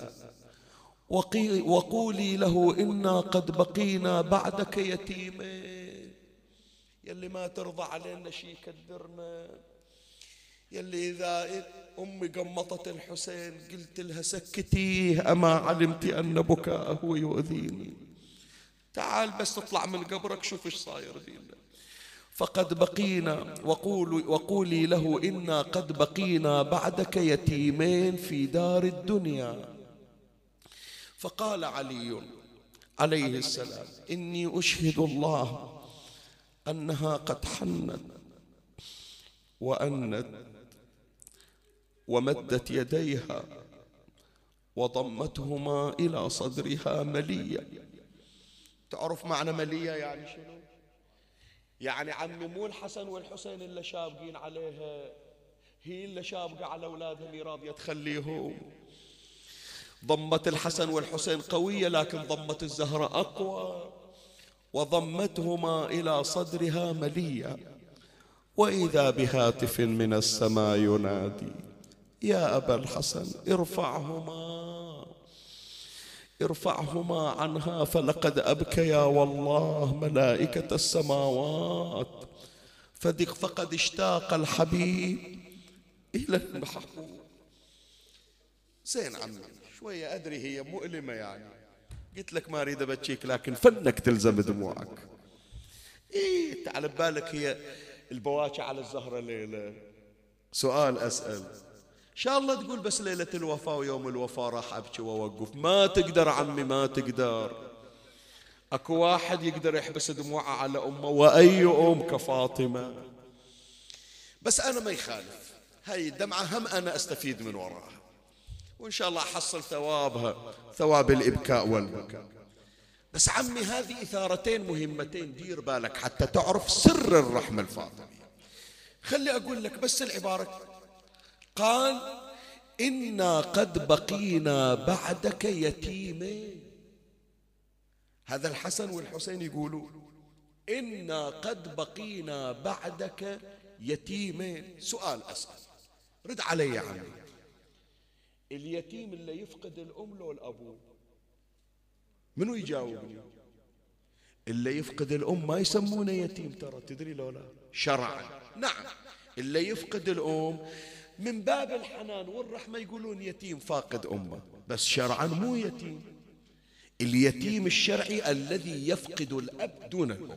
[SPEAKER 1] وقولي له إنا قد بقينا بعدك يتيمين. يلي ما ترضى علينا شي كدرنا، يلي إذا أمي قمطت الحسين قلت لها سكتيه أما علمت أن بكاءه يؤذيني، تعال بس تطلع من قبرك شوف ايش صاير بينا. فقد بقينا وقولي, وقولي له إنا قد بقينا بعدك يتيمين في دار الدنيا. فقال علي عليه السلام إني أشهد الله أنها قد حنت وأنت ومدت يديها وضمتهما إلى صدرها مليا. تعرف معنى مليا يعني شنو؟ يعني عمي مو الحسن والحسين اللي شابقين عليها، هي اللي شابقة على أولادها مي راضية تخليهم. ضمت الحسن والحسين قوية لكن ضمت الزهرة أقوى. وضمتهما إلى صدرها مليا وإذا بهاتف من السماء ينادي يا أبا الحسن ارفعهما ارفعهما عنها فلقد أبكيا والله ملائكة السماوات فقد اشتاق الحبيب إلى المحبوب. زين عمي شوية أدري هي مؤلمة يعني، قلت لك ما أريد أبكيك لكن فنك تلزم دموعك. إيه تعال ببالك هي البواكي على الزهرة ليلة. سؤال أسأل إن شاء الله تقول بس ليلة الوفاة ويوم الوفاة راح أبكي وأوقف. ما تقدر عمي ما تقدر. أكو واحد يقدر يحبس دموعه على أمه، وأي أم كفاطمة. بس أنا ما يخالف هاي الدمعة هم أنا أستفيد من وراها وإن شاء الله أحصل ثوابها ثواب الإبكاء والبكاء. بس عمي هذه إثارتين مهمتين دير بالك حتى تعرف سر الرحمة الفاطمية. خلي أقول لك بس العبارة. قال إنا قد بقينا بعدك يتيمين. هذا الحسن والحسين يقولون إنا قد بقينا بعدك يتيمين. سؤال أسأل رد علي يا عمي، اليتيم اللي يفقد الأم لو الأبو؟ منو يجاوبني؟ اللي يفقد الأم ما يسمونه يتيم ترى، تدري لو لا؟ شرعا نعم اللي يفقد الأم من باب الحنان والرحمة يقولون يتيم فاقد أمه، بس شرعا مو يتيم. اليتيم الشرعي الذي يفقد الأب دون الأم.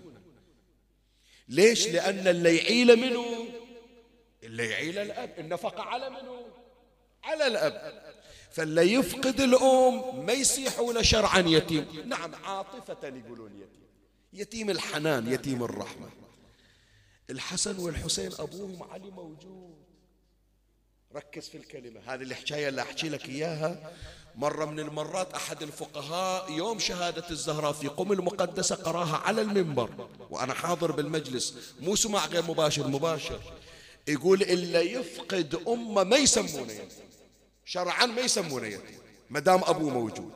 [SPEAKER 1] ليش؟ لأن اللي يعيل منه اللي يعيل الأب، النفقة على منه على الأب. فاللي يفقد الأم ما يصيحون شرعا يتيم، نعم عاطفة يقولون يتيم، يتيم الحنان يتيم الرحمة. الحسن والحسين أبوهم علي موجود. ركز في الكلمة هذه الحكاية اللي أحكي لك إياها. مرة من المرات أحد الفقهاء يوم شهادة الزهراء في قم المقدسة قراها على المنبر وأنا حاضر بالمجلس، مو سمع غير مباشر مباشر. يقول إلا يفقد أمه ما يسمونه يتيم، شرعا ما يسمونه يتيم ما دام أبوه موجود.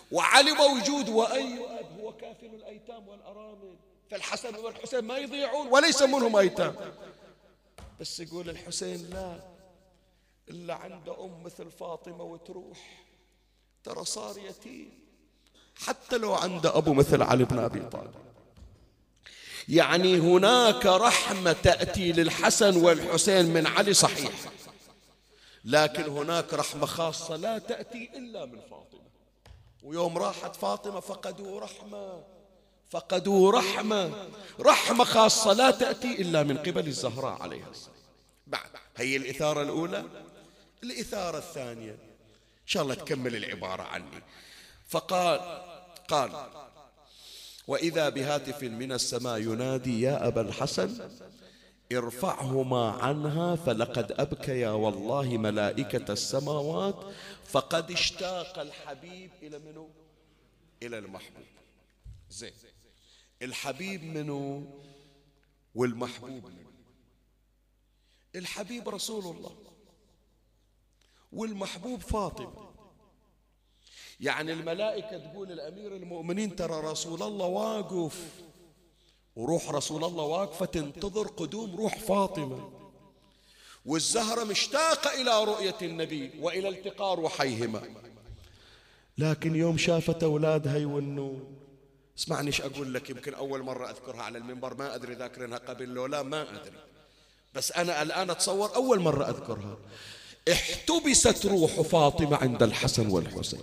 [SPEAKER 1] وعلي موجود، وأي أب هو كافل الأيتام والأرامل، فالحسن والحسين ما يضيعون وليس منهم أيتام. بس يقول الحسين لا، إلا عنده أم مثل فاطمة وتروح، ترى صار يتيم، حتى لو عنده أبو مثل علي بن أبي طالب. يعني هناك رحمة تأتي للحسن والحسين من علي صحيح، لكن هناك رحمة خاصة لا تأتي إلا من فاطمة. ويوم راحت فاطمة فقدوا رحمة، فقدوا رحمة، رحمة خاصة لا تأتي إلا من قبل الزهراء عليها السلام. بعد هي الإثارة الأولى. الإثارة الثانية إن شاء الله تكمل العبارة عني. فقال قال وإذا بهاتف من السماء ينادي يا أبا الحسن ارفعهما عنها فلقد أبكيا والله ملائكة السماوات فقد اشتاق الحبيب إلى منه؟ إلى المحبوب. زين، الحبيب منه والمحبوب منه؟ الحبيب رسول الله والمحبوب فاطمة. يعني الملائكة تقول الأمير المؤمنين ترى رسول الله واقف، وروح رسول الله واقفة تنتظر قدوم روح فاطمة، والزهرة مشتاقة إلى رؤية النبي وإلى التقاء روحيهما. لكن يوم شافت أولادها يونون، اسمعني ايش أقول لك، يمكن أول مرة أذكرها على المنبر، ما أدري ذاكرينها قبل لو لا، ما أدري، بس أنا الآن أتصور أول مرة أذكرها. احتبست روح فاطمة عند الحسن والحسين.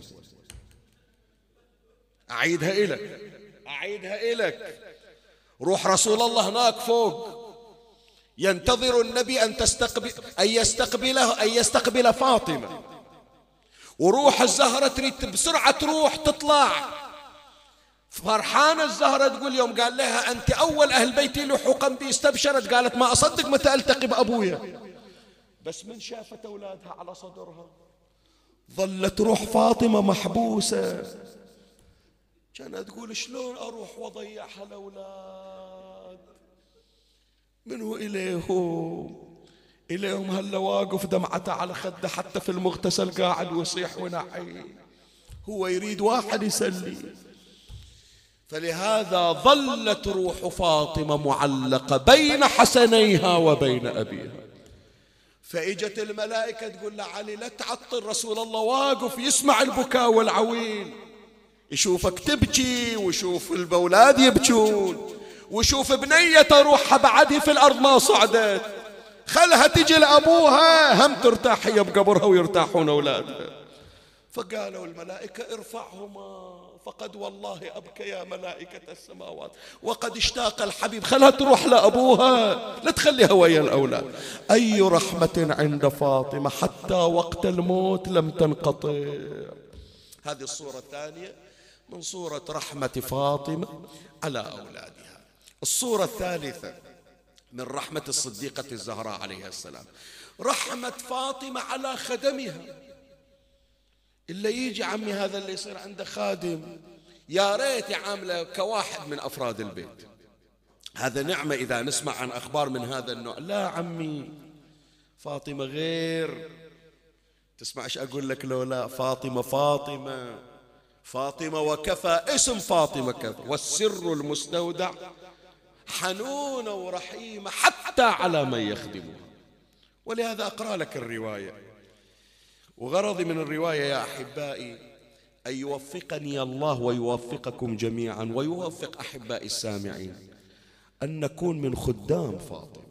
[SPEAKER 1] أعيدها إلك أعيدها إلك روح رسول الله هناك فوق ينتظر النبي أن تستقبل أن يستقبله أن يستقبل فاطمة، وروح الزهرة تريد بسرعة تروح تطلع. فرحانة الزهرة تقول يوم قال لها أنت أول أهل بيتي لحوقا بي استبشرت، قالت ما أصدق متى ألتقي بأبويا. بس من شافت أولادها على صدرها ظلت روح فاطمة محبوسة. كانت تقول شلون أروح وأضيعها الأولاد، منه إليهم إليهم هلا واقف دمعته على خده، حتى في المغتسل قاعد ويصيح ونحي، هو يريد واحد يسلي. فلهذا ظلت روح فاطمة معلقة بين حسنيها وبين أبيها. فإجت الملائكة تقول لعلي لا تعطل، رسول الله واقف يسمع البكاء والعويل، يشوفك تبكي ويشوف الأولاد يبكون ويشوف بنية روحها بعدها في الأرض ما صعدت، خلها تجي لأبوها هم ترتاح هي بقبرها ويرتاحون أولادها. فقالوا الملائكة ارفعهما فقد والله أبكى يا ملائكة السماوات وقد اشتاق الحبيب، خلها تروح لأبوها لا تخليها ويا الأولاد. أي رحمة عند فاطمة حتى وقت الموت لم تنقطع. هذه الصورة الثانية من صورة رحمة فاطمة على أولادها. الصورة الثالثة من رحمة الصديقة الزهراء عليها السلام رحمة فاطمة على خدمها. اللي يجي عمي هذا اللي يصير عنده خادم يا ريت يعامله كواحد من أفراد البيت، هذا نعمة إذا نسمع عن أخبار من هذا النوع. لا عمي فاطمة غير، تسمع ايش أقول لك لو لا، فاطمة فاطمة فاطمة وكفى اسم فاطمة كفى، والسر المستودع حنونة ورحيمة حتى على من يخدمها. ولهذا أقرأ لك الرواية، وغرضي من الرواية يا أحبائي أن يوفقني الله ويوفقكم جميعا ويوفق أحبائي السامعين أن نكون من خدام فاطمة.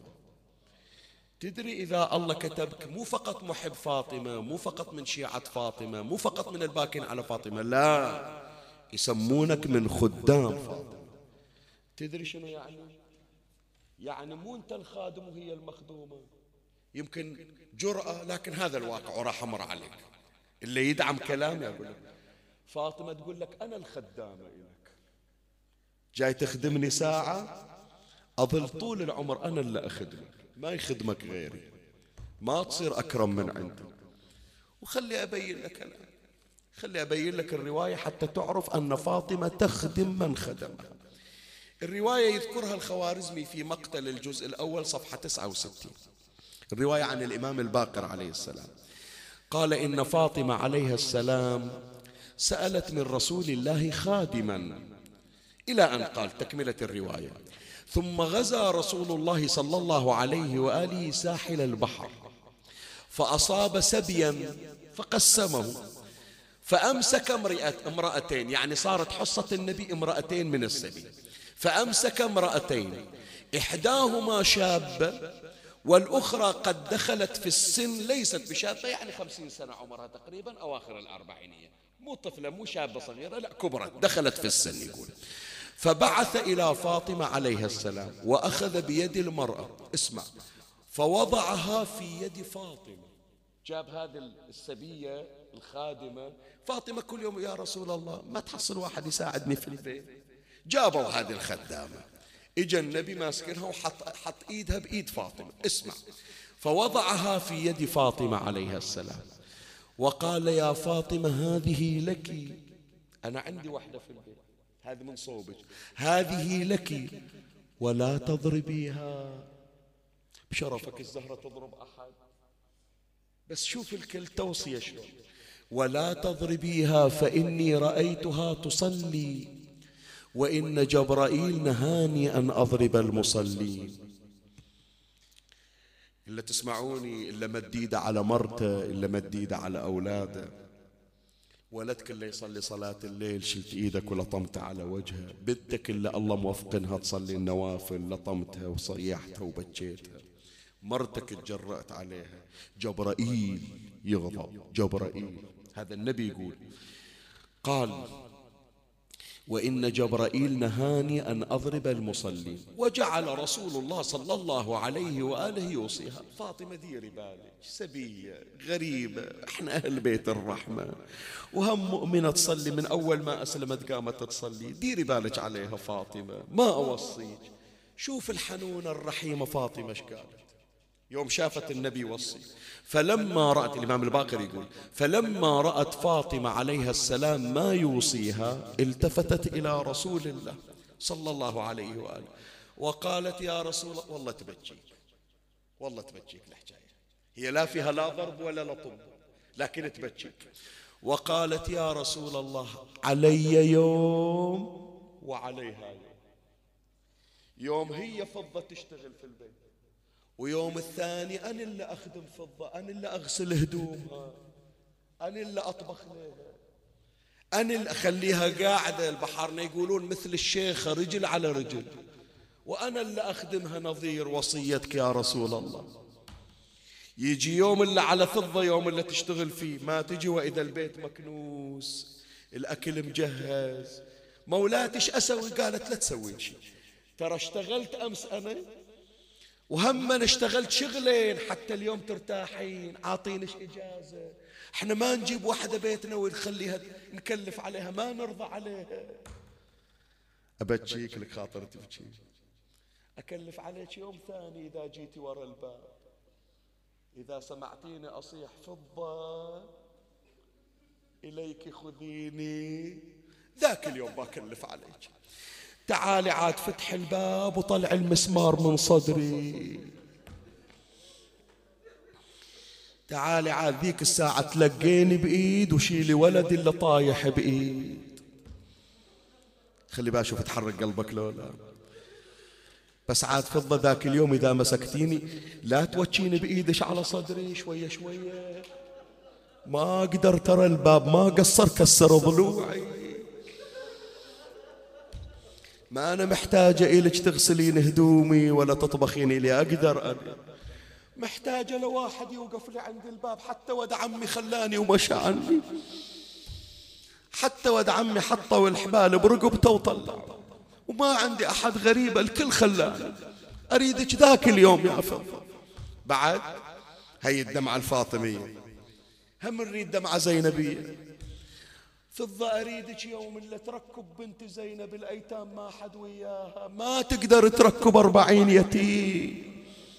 [SPEAKER 1] تدري إذا الله كتبك مو فقط محب فاطمة، مو فقط من شيعة فاطمة، مو فقط من الباكين على فاطمة، لا، يسمونك من خدام فاطمة. تدري شنو يعني؟ يعني مو أنت الخادم وهي المخدومة. يمكن جرأة لكن هذا الواقع وراح أمر عليك. اللي يدعم كلامي أقول لك فاطمة تقول لك أنا الخدامة إليك، جاي تخدمني ساعة أظل طول العمر أنا اللي أخدمك، ما يخدمك غيري، ما تصير أكرم من عندك. وخلي أبين لك الآن، خلي أبين لك الرواية حتى تعرف أن فاطمة تخدم من خدمها. الرواية يذكرها الخوارزمي في مقتل الجزء الأول صفحة تسعة وستين، الرواية عن الإمام الباقر عليه السلام. قال إن فاطمة عليها السلام سألت من رسول الله خادما، إلى أن قال تكملة الرواية: ثم غزا رسول الله صلى الله عليه وآله ساحل البحر فأصاب سبيا فقسمه، فأمسك امرأتين، يعني صارت حصة النبي امرأتين من السبي، فأمسك امرأتين إحداهما شابة والأخرى قد دخلت في السن، ليست بشابة يعني خمسين سنة عمرها تقريبا أواخر الأربعينية، مو طفلة مو شابة صغيرة، لا كبرت دخلت في السن. يقول: فبعث إلى فاطمة عليها السلام وأخذ بيد المرأة، اسمع، فوضعها في يد فاطمة. جاب هذه السبية الخادمة، فاطمة كل يوم: يا رسول الله ما تحصل واحد يساعدني في البيت. جابوا هذه الخدامة، اجى النبي ماسكنها وحط حط ايدها بايد فاطمة. اسمع: فوضعها في يد فاطمة عليها السلام وقال: يا فاطمة هذه لك، أنا عندي واحدة في البيت، هذه من صوبك، هذه لك ولا تضربيها. بشرفك الزهرة تضرب أحد؟ بس شوف الكل توصية شلون: ولا تضربيها فإني رأيتها تصلي وإن جبرائيل نهاني أن أضرب المصلين. إلا تسمعوني، إلا مديدة على مرته، إلا مديدة على أولاده. ولدك اللي يصلي صلاة الليل شلت إيدك ولطمتها على وجهها، بنتك اللي الله موفقنها تصلي النوافل لطمتها وصيحتها وبكيتها، مرتك تجرأت عليها، جبرائيل يغضب. جبرائيل، هذا النبي يقول، قال: وإن جبرائيل نهاني أن أضرب المصلين. وجعل رسول الله صلى الله عليه وآله يوصيها: فاطمة ديري بالك، سبية غريبة، احنا أهل بيت الرحمة، وهم مؤمنة تصلي من أول ما أسلمت قامت تصلي، ديري بالك عليها فاطمة، ما أوصيك. شوف الحنونة الرحيمة فاطمة ايش قالت يوم شافت النبي وصي. فلما رأت، الإمام الباقر يقول: فلما رأت فاطمة عليها السلام ما يوصيها التفتت إلى رسول الله صلى الله عليه وآله وقالت: يا رسول الله، والله تبجيك، والله تبجيك الحكاية، هي لا فيها لا ضرب ولا لطم لكن تبجيك. وقالت: يا رسول الله، علي يوم وعليها يوم، يوم هي فضة تشتغل في البيت، ويوم الثاني أنا اللي أخدم فضة، أنا اللي أغسل هدومها، أنا اللي أطبخ لها، أنا اللي أخليها قاعدة. البحرنا يقولون مثل الشيخة رجل على رجل، وأنا اللي أخدمها نظير وصيتك يا رسول الله. يجي يوم اللي على فضة، يوم اللي تشتغل فيه، ما تجي وإذا البيت مكنوس، الأكل مجهز، مولاتش أسوي؟ قالت: لا تسوين شيء، ترى اشتغلت أمس أنا، وهم أنا اشتغلت شغلين حتى اليوم ترتاحين، عاطينش إجازة، احنا ما نجيب واحدة بيتنا ونخليها نكلف عليها، ما نرضى عليها. أبجيك لك خاطر تبجي، أكلف عليك يوم ثاني إذا جيتي ورا الباب، إذا سمعتيني أصيح فضة إليك خذيني، ذاك اليوم بكلف عليك. تعالي عاد فتح الباب وطلع المسمار من صدري، تعالي عاد ذيك الساعة تلقيني بإيد وشيلي ولدي اللي طايح بإيد. خلي بقى شوف تحرك قلبك لولا. بس عاد فضة ذاك اليوم إذا مسكتيني لا توجيني بإيدش على صدري، شوية شوية، ما أقدر، ترى الباب ما قصر كسر ضلوعي، ما أنا محتاجة إلك تغسلين هدومي ولا تطبخين لي، أقدر أنا محتاجة لواحد يوقف لي عند الباب. حتى ود عمي خلاني ومشى عني، حتى ود عمي حطوا الحبال برقبته وطلع، وما عندي أحد غريب، الكل خلاني. أريدك ذاك اليوم يا فضة. بعد هي الدمعة الفاطمية، هم نريد دمعة زينبية. فضة أريدك يوم اللي تركب بنت زينب الأيتام ما حد وياها، ما تقدر تركب أربعين يتيم،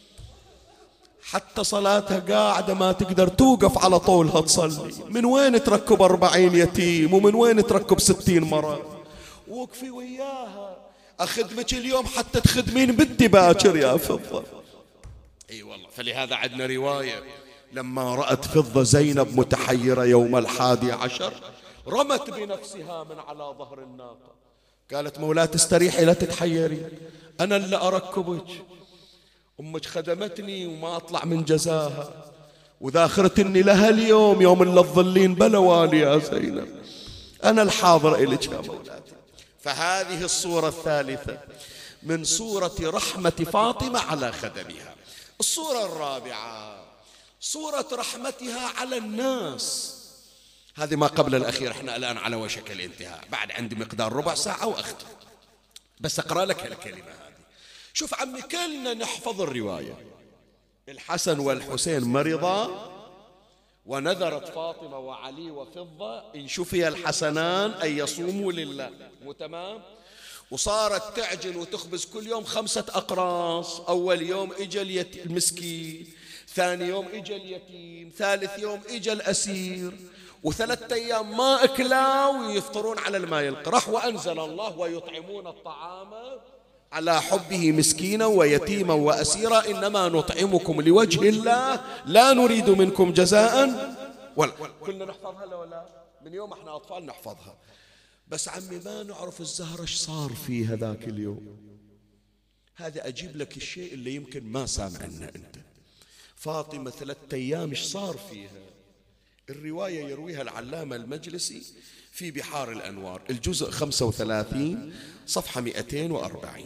[SPEAKER 1] حتى صلاتها قاعدة ما تقدر توقف على طولها تصلي، من وين تركب أربعين يتيم ومن وين تركب ستين مرة؟ وقفي وياها، أخدمك اليوم حتى تخدمين بنتي باكر يا فضة. اي والله. فلهذا عندنا رواية لما رأت فضة زينب متحيرة يوم الحادي عشر رمت بنفسها من على ظهر الناقة، قالت مولاي استريحي لا تتحيري، أنا اللي أركبك، أمك خدمتني وما أطلع من جزاها، وذاخرتني لها اليوم يوم اللي تظلين بلا والي يا زينب، أنا الحاضر إليك يا مولاتي. فهذه الصورة الثالثة من صورة رحمة فاطمة على خدمها. الصورة الرابعة صورة رحمتها على الناس، هذه ما قبل الأخير، احنا الآن على وشك الانتهاء، بعد عندي مقدار ربع ساعة وأختم، بس أقرأ لك الكلمة هذه. شوف عمي، كلنا نحفظ الرواية، الحسن والحسين مرضا ونذرت فاطمة وعلي وفضة إن شفي الحسنان أن يصوموا لله، مو تمام؟ وصارت تعجن وتخبز كل يوم خمسة أقراص، أول يوم إجا المسكين، ثاني يوم إجا اليتيم، ثالث يوم إجا الأسير، وثلاثة أيام ما أكلا ويفطرون على الماء القرح. وأنزل الله ويطعمون الطعام على حبه مسكينا ويتيما وأسيرا إنما نطعمكم لوجه الله لا نريد منكم جزاء ولا. كلنا نحفظها لو لا؟ من يوم احنا أطفال نحفظها، بس عمي ما نعرف الزهرة ايش صار فيها ذاك اليوم. هذا أجيب لك الشيء اللي يمكن ما سامع عنه أنت. فاطمة ثلاثة أيام ايش صار فيها؟ الرواية يرويها العلامة المجلسي في بحار الأنوار الجزء خمسة وثلاثين صفحة مئتين وأربعين.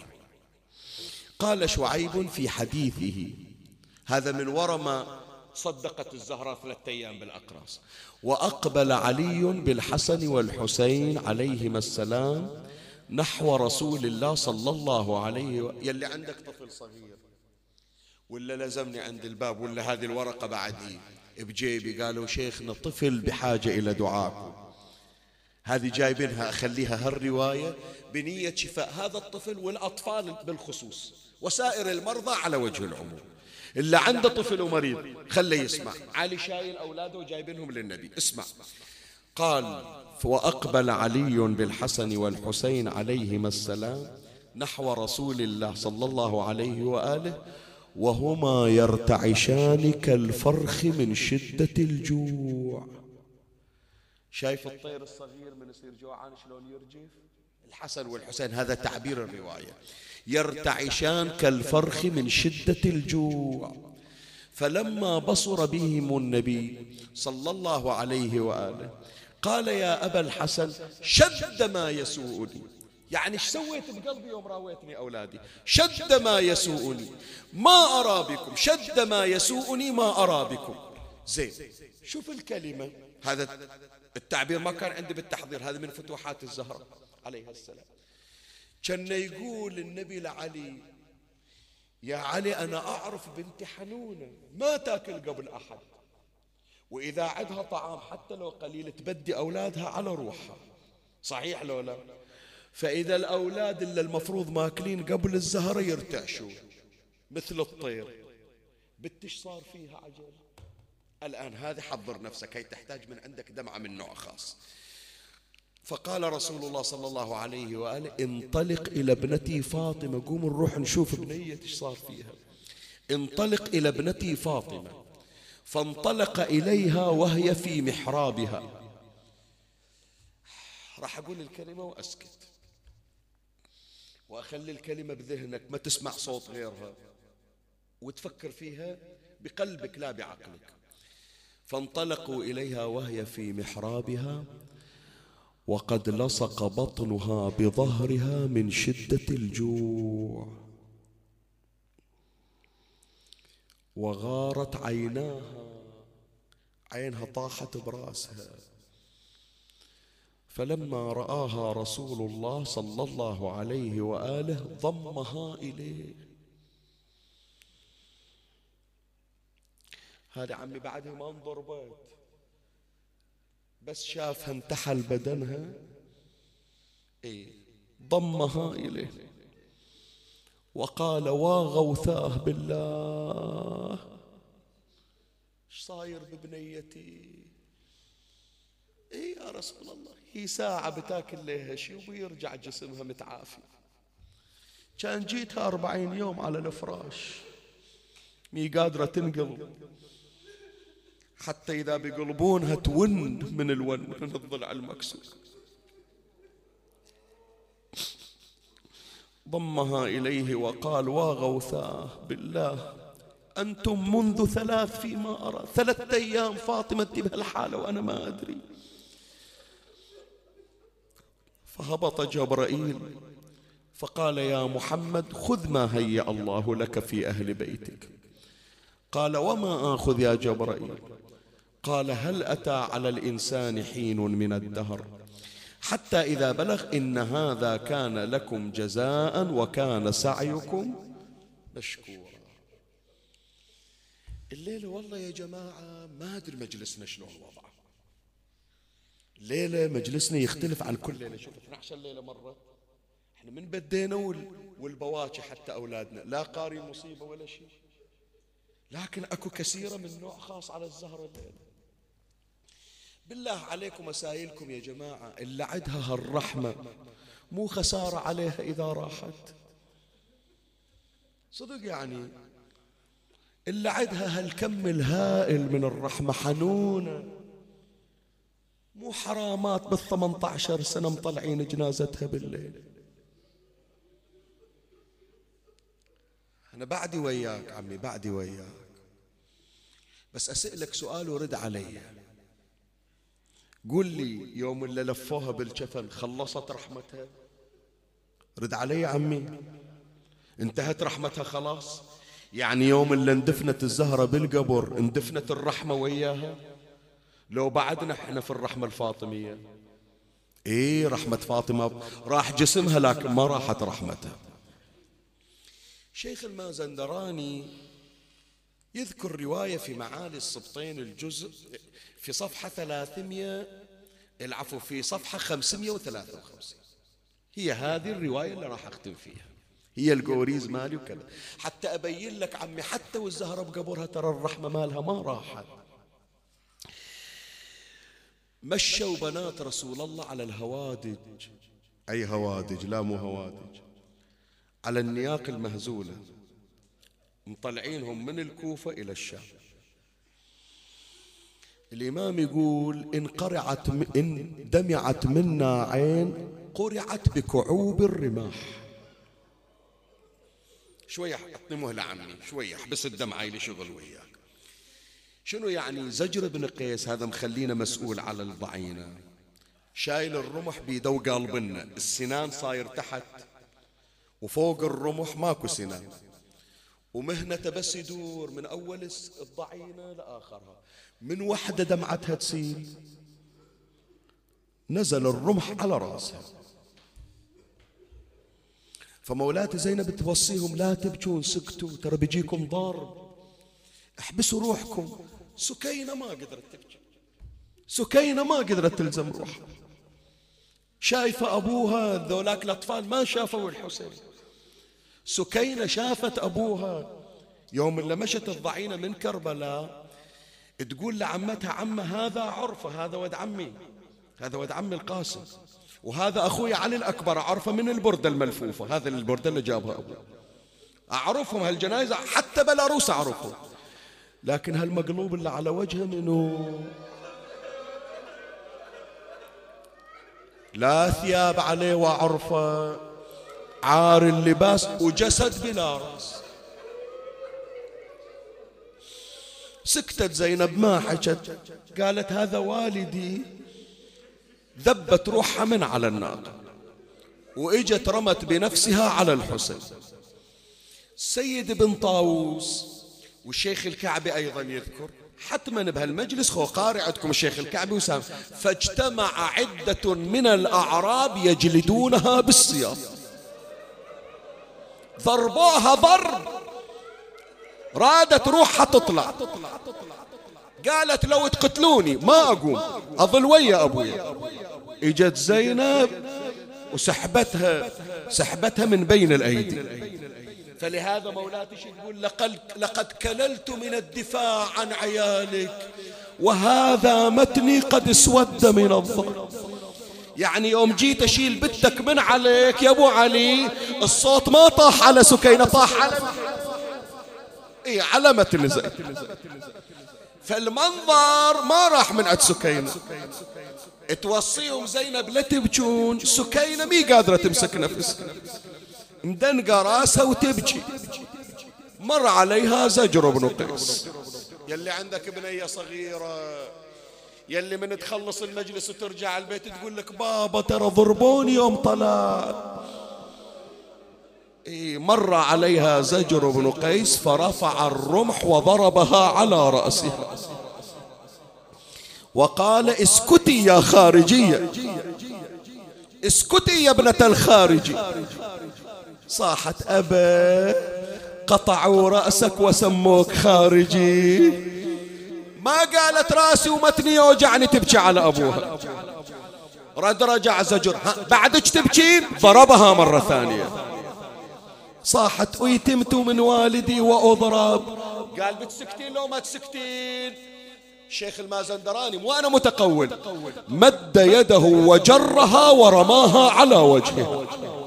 [SPEAKER 1] قال شعيب في حديثه، هذا من وراء ما صدقت الزهراء ثلاثة أيام بالأقراص: وأقبل علي بالحسن والحسين عليهما السلام نحو رسول الله صلى الله عليه وسلم. يلي عندك طفل صغير ولا لزمني عند الباب ولا هذه الورقة بعدي بجيبي، قالوا شيخنا طفل بحاجة إلى دعاءكم، هذه جايبينها أخليها هالرواية بنية شفاء هذا الطفل والأطفال بالخصوص، وسائر المرضى على وجه العموم. اللي عنده طفل ومريض خليه يسمع. علي شايل أولاده وجايبينهم للنبي، اسمع. قال: وأقبل علي بالحسن والحسين عليهما السلام نحو رسول الله صلى الله عليه وآله وهما يرتعشان كالفرخ من شدة الجوع. شايف الطير الصغير من يصير جوعان شلون يرجف؟ الحسن والحسين، هذا تعبير الرواية، يرتعشان كالفرخ من شدة الجوع. فلما بصر بهم النبي صلى الله عليه وآله قال: يا أبا الحسن شد ما يسوءني. يعني ايش سويت بقلبي يوم راويتني أولادي؟ شد ما يسوءني ما أرى بكم، شد ما يسوءني ما أرى بكم. زين، شوف الكلمة، هذا التعبير ما كان عندي بالتحضير، هذا من فتوحات الزهراء عليها السلام. كان يقول النبي لعلي: يا علي أنا أعرف بنتي حنونة ما تاكل قبل أحد، وإذا عندها طعام حتى لو قليل تبدي أولادها على روحها، صحيح لو لا؟ فإذا الأولاد اللي المفروض ماكلين قبل الزهرة يرتعشوا مثل الطير، بتش صار فيها عجل. الآن هذه حضر نفسك، هي تحتاج من عندك دمعة من نوع خاص. فقال رسول الله صلى الله عليه وآله: انطلق إلى ابنتي فاطمة، قوم نروح نشوف بنية ايش صار فيها. انطلق إلى ابنتي فاطمة. فانطلق إليها وهي في محرابها. راح أقول الكلمة وأسكت وأخلي الكلمة بذهنك، ما تسمع صوت غيرها وتفكر فيها بقلبك لا بعقلك. فانطلقوا إليها وهي في محرابها وقد لصق بطنها بظهرها من شدة الجوع وغارت عيناها، عينها طاحت براسها. فلما رآها رسول الله صلى الله عليه وآله ضمها إليه. هذا عمي بعدها ما انضربت، بس شافها انتحل بدنها، ايه ضمها إليه وقال: واغوثاه بالله، ايش صاير ببنيتي؟ ايه يا رسول الله، هي ساعة بتاكل لها شيء وبيرجع جسمها متعافي. كان جيتها أربعين يوم على الفراش مي قادرة تنقل. حتى إذا بيقلبونها تون من الون من الضلع المكسور. ضمها إليه وقال: واغوثاه بالله أنتم منذ ثلاث فيما أرى، ثلاثة أيام فاطمة بهالحالة وأنا ما أدري. فهبط جبرائيل فقال: يا محمد خذ ما هيأ الله لك في أهل بيتك. قال: وما آخذ يا جبرائيل؟ قال: هل أتى على الإنسان حين من الدهر حتى إذا بلغ إن هذا كان لكم جزاء وكان سعيكم مشكورا. الليلة والله يا جماعة ما أدري مجلسنا شلون وضعه. الليلة مجلسنا يختلف عن كل ليلة. شوف اثني عشر ليلة مرة احنا من بدينا والبواكي حتى أولادنا لا قاري مصيبة ولا شيء، لكن أكو كثيرة من نوع خاص على الزهرة الليلة. بالله عليكم مسايلكم يا جماعة اللي عدها هالرحمة مو خسارة عليها إذا راحت. صدق يعني اللي عدها هالكم الهائل من الرحمة حنونة، مو حرامات بالثمانية عشر سنة مطلعين جنازتها بالليل. أنا بعدي وياك عمي، بعدي وياك، بس أسألك سؤال ورد علي. قل لي يوم اللي لفوها بالجفن خلصت رحمتها؟ رد علي عمي، انتهت رحمتها خلاص؟ يعني يوم اللي اندفنت الزهرة بالقبر اندفنت الرحمة وياها؟ لو بعدنا احنا في الرحمة الفاطمية. ايه رحمة فاطمة راح جسمها لكن ما راحت رحمتها. شيخ المازندراني يذكر رواية في معالي السبطين الجزء في صفحة ثلاثمئة العفو في صفحة خمسمئة وثلاثة وخمسين. هي هذه الرواية اللي راح أختم فيها، هي القوريز مالي وكذا، حتى أبين لك عمي حتى والزهرة بقبرها ترى الرحمة مالها ما راحت. مشوا بنات رسول الله على الهوادج، أي هوادج لا مو هوادج، على النياق المهزولة، مطلعينهم من الكوفة إلى الشام. الإمام يقول: إن قرعت إن دمعت منا عين قرعت بكعوب الرماح. شوية اعطني مهلة عمي، شوية احبس الدمعة لي شغل وياك. شنو يعني؟ زجر بن قيس هذا مخلينا مسؤول على الضعينة، شايل الرمح بيده وقالبنا، السنان صاير تحت وفوق الرمح ماكو سنان، ومهنته بس يدور من أول الضعينة لآخرها، من وحدة دمعتها تسيل نزل الرمح على راسها. فمولاتي زينب توصيهم: لا تبكون، سكتوا، ترى بيجيكم ضرب، احبسوا روحكم. سكينة ما قدرت تبكي، سكينة ما قدرت تلزم روحها، شايفة أبوها، ذولاك الأطفال ما شافوا الحسين. سكينة شافت أبوها يوم اللي مشت الضعينة من كربلاء، تقول لعمتها: عمة هذا عرفة، هذا ود عمي، هذا ود عمي القاسم، وهذا أخوي علي الأكبر عرفة من البردة الملفوفة، هذا البردة اللي جابها أبوه، أعرفهم هالجنايز حتى بلاروس أعرفهم، لكن هالمقلوب اللي على وجهه منو؟ لا ثياب عليه وعرفة، عار اللباس وجسد بلا رأس. سكتت زينب ما حكت، قالت: هذا والدي. ذبت روحها من على الناقة وإجت رمت بنفسها على الحسين. سيد بن طاووس والشيخ الكعبي أيضا يذكر، حتما بهالمجلس خو قارئ عندكم الشيخ الكعبي وسام، فاجتمع عدة من الأعراب يجلدونها بالسياط، ضربوها ضرب، رادت روحها تطلع، قالت: لو تقتلوني ما أقوم، أظل ويا أبويا. إجت زينب وسحبتها، سحبتها من بين الأيدي. فلهذا مولاتي شو تقول: لقد, لقد كللت من الدفاع عن عيالك وهذا متني قد اسود من الضرب. يعني يوم جيت أشيل بنتك من عليك يا أبو علي، الصوت ما طاح على سكينة، طاح على إيه على متن زين. فالمنظر ما راح من عند سكينة. توصيهم زينب لا تبجون، سكينة مي قادرة تمسك نفسها، مدنقة راسها وتبكي. مر عليها زجر بن قيس. يلي عندك بنية صغيرة، يلي من تخلص المجلس وترجع البيت تقول لك بابا ترى ضربوني يوم طلعت. إيه، مر عليها زجر بن قيس فرفع الرمح وضربها على رأسها وقال اسكتي يا خارجية، اسكتي يا ابنة الخارجي. صاحت أبا قطعوا رأسك وسموك خارجي. ما قالت راسي ومتني يوجعني تبكي على أبوها. رد رجع زجر بعدك تبكين، ضربها مرة ثانية. صاحت أيتمت من والدي وأضرب. قال بتسكتين لو ما تسكتين. الشيخ المازندراني مو أنا متقول، مد يده وجرها ورماها على وجهها.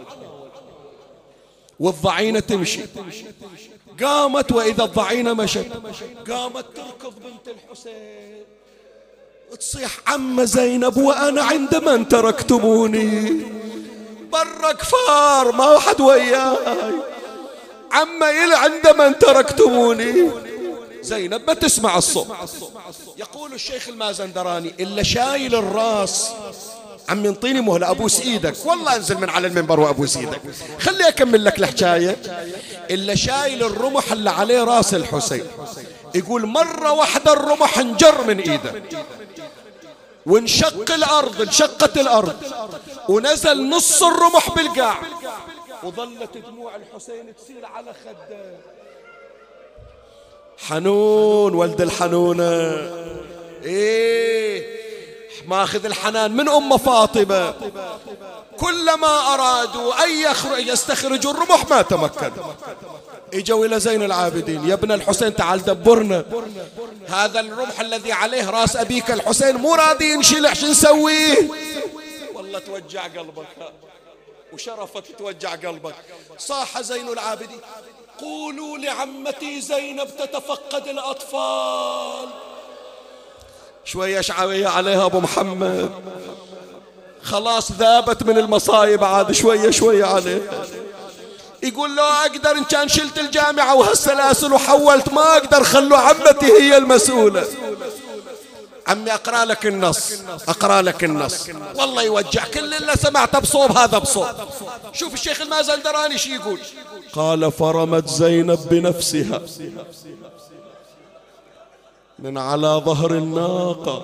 [SPEAKER 1] والضعينة تمشي. قامت وإذا الضعينة مشت، قامت تركض بنت الحسين وتصيح عم زينب وأنا عند من تركتموني؟ برا كفار ما حد وياي، عم يل عند من تركتموني. زينب ما تسمع الصوت. يقول الشيخ المازندراني إلا شايل الراس. عم ينطيني مهلة أبوس إيدك، والله أنزل من على المنبر وأبوس إيدك، خلي أكمل لك الحكاية. إلا شايل الرمح اللي عليه راس الحسين. يقول مرة واحدة الرمح انجر من إيده وانشق الأرض، انشقت الأرض ونزل نص الرمح بالقاع، وظلت دموع الحسين تسيل على خده. حنون ولد الحنونة، إيه ماخذ الحنان من أم فاطمة. كلما أرادوا أن يستخرجوا الرمح ما تمكن. اجوا إلى زين العابدين، يا ابن الحسين تعال دبرنا، هذا الرمح الذي عليه راس أبيك الحسين مو راضي ينشلع، شو نسويه؟ والله توجع قلبك وشرفك توجع قلبك. صاح زين العابدين قولوا لعمتي زينب تتفقد الأطفال. شوية شعوية عليها أبو محمد، خلاص ذابت من المصايب عاد، شوية شوية عليها. يقول له أقدر إن كان شلت الجامعة وهالسلاسل وحولت ما أقدر، خلوا عمتي هي المسؤولة. عمي أقرأ لك النص، أقرأ لك النص والله يوجع، كل اللي سمعته بصوب هذا بصوب. شوف الشيخ المازندراني شي يقول. قال فرمت زينب بنفسها من على ظهر الناقة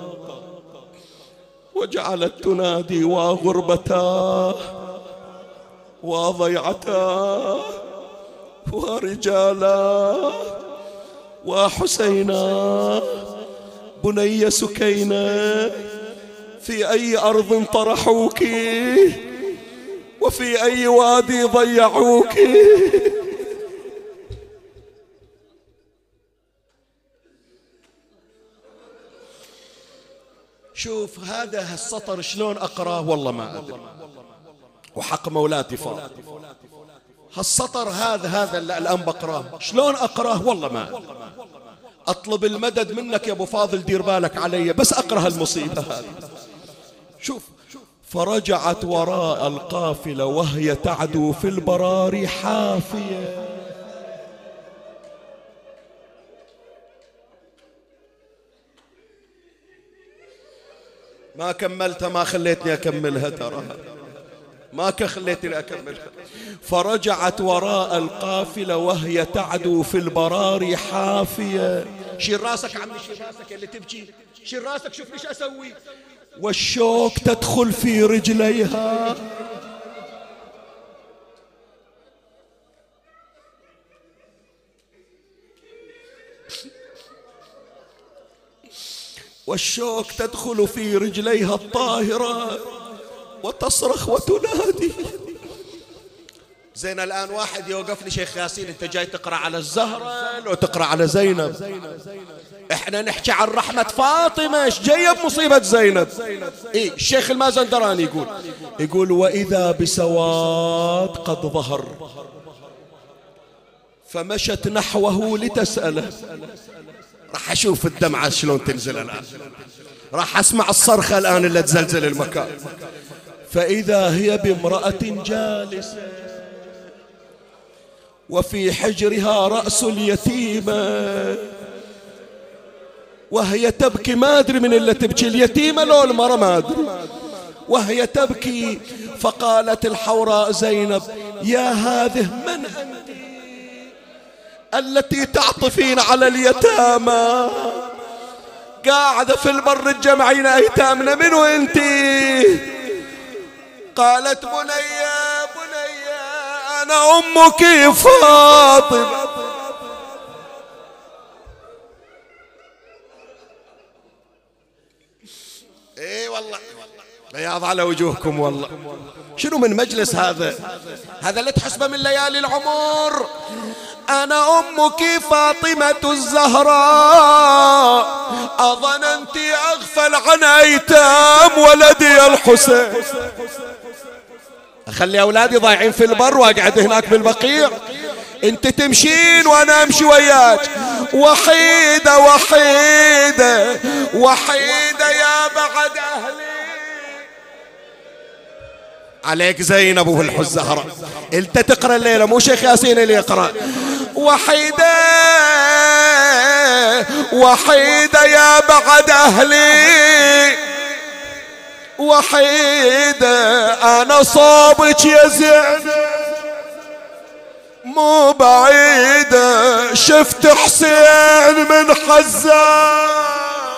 [SPEAKER 1] وجعلت تنادي وغربتاه وضيعتاه ورجالاه وحسينا بني سكينة، في أي أرض طرحوك وفي أي وادي ضيعوك. شوف هذا السطر شلون أقراه والله ما أدري، وحق مولاتي فاطمة هالسطر هذا هذا اللي الآن بقراه شلون أقراه والله ما أدري. أطلب المدد منك يا أبو فاضل، دير بالك علي بس أقرأ المصيبة هذه. شوف فرجعت وراء القافلة وهي تعدو في البراري حافية. ما كملتها، ما خليتني أكملها، ترى ما خليتني أكملها. فرجعت وراء القافلة وهي تعدو في البراري حافية. شيل راسك عمي، شيل راسك اللي تبكي، شيل راسك شوف ليش أسوي. والشوك تدخل في رجليها. والشوك تدخل في رجليها الطاهرة وتصرخ وتنادي. زين الآن واحد يوقف لي شيخ ياسين أنت جاي تقرأ على الزهرة لو تقرأ على زينب؟ احنا نحكي عن رحمة فاطمة، ايش جاية بمصيبة زينب؟ ايه الشيخ المازندراني يقول يقول وإذا بسواد قد ظهر فمشت نحوه لتسأله. راح أشوف الدمعة شلون تنزل الآن، راح أسمع الصرخة الآن اللي تزلزل المكان. فإذا هي بامرأة جالسة وفي حجرها رأس اليتيمة وهي تبكي. ما أدري من اللي تبكي، اليتيمة لو المرأة ما أدري، وهي تبكي. فقالت الحوراء زينب: يا هذه من أنت التي تعطفين على اليتامى؟ قاعدة في البر تجمعين أيتامنا، من وأنت؟ قالت: بنية بنية أنا أمك فاطمة. اي والله بياض على وجوهكم والله. شنو من مجلس هذا؟ هذا لا تحسبه من ليالي العمر. أنا أمك فاطمة الزهراء، أظننت أغفل عن أيتام ولدي الحسين؟ أخلي أولادي ضايعين في البر وأقعد هناك بالبقيع؟ أنت تمشين وأنا أمشي وياك. وحيدة وحيدة وحيدة يا بعد أهلي. عليك زينب وفي الزهراء، انت تقرأ الليلة مو شيخ ياسين اللي يقرأ. وحيدة وحيدة يا بعد أهلي، وحيدة أنا صابك يا زينب مو بعيدة. شفت حسين من حزام.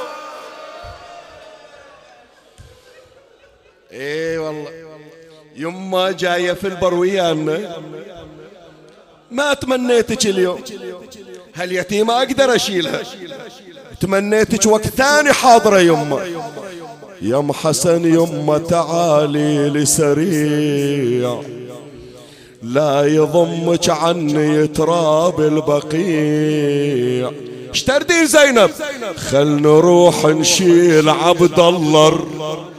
[SPEAKER 1] اي والله يما جاية في البر ويانا، ما تمنيتك اليوم هاليتيمة أقدر أشيلها، تمنيتك وقت ثاني حاضرة يما. يم حسن يما تعالي لسريع، لا يضمك عني تراب البقيع. ايش تردين زينب؟ خل نروح نشيل عبد الله.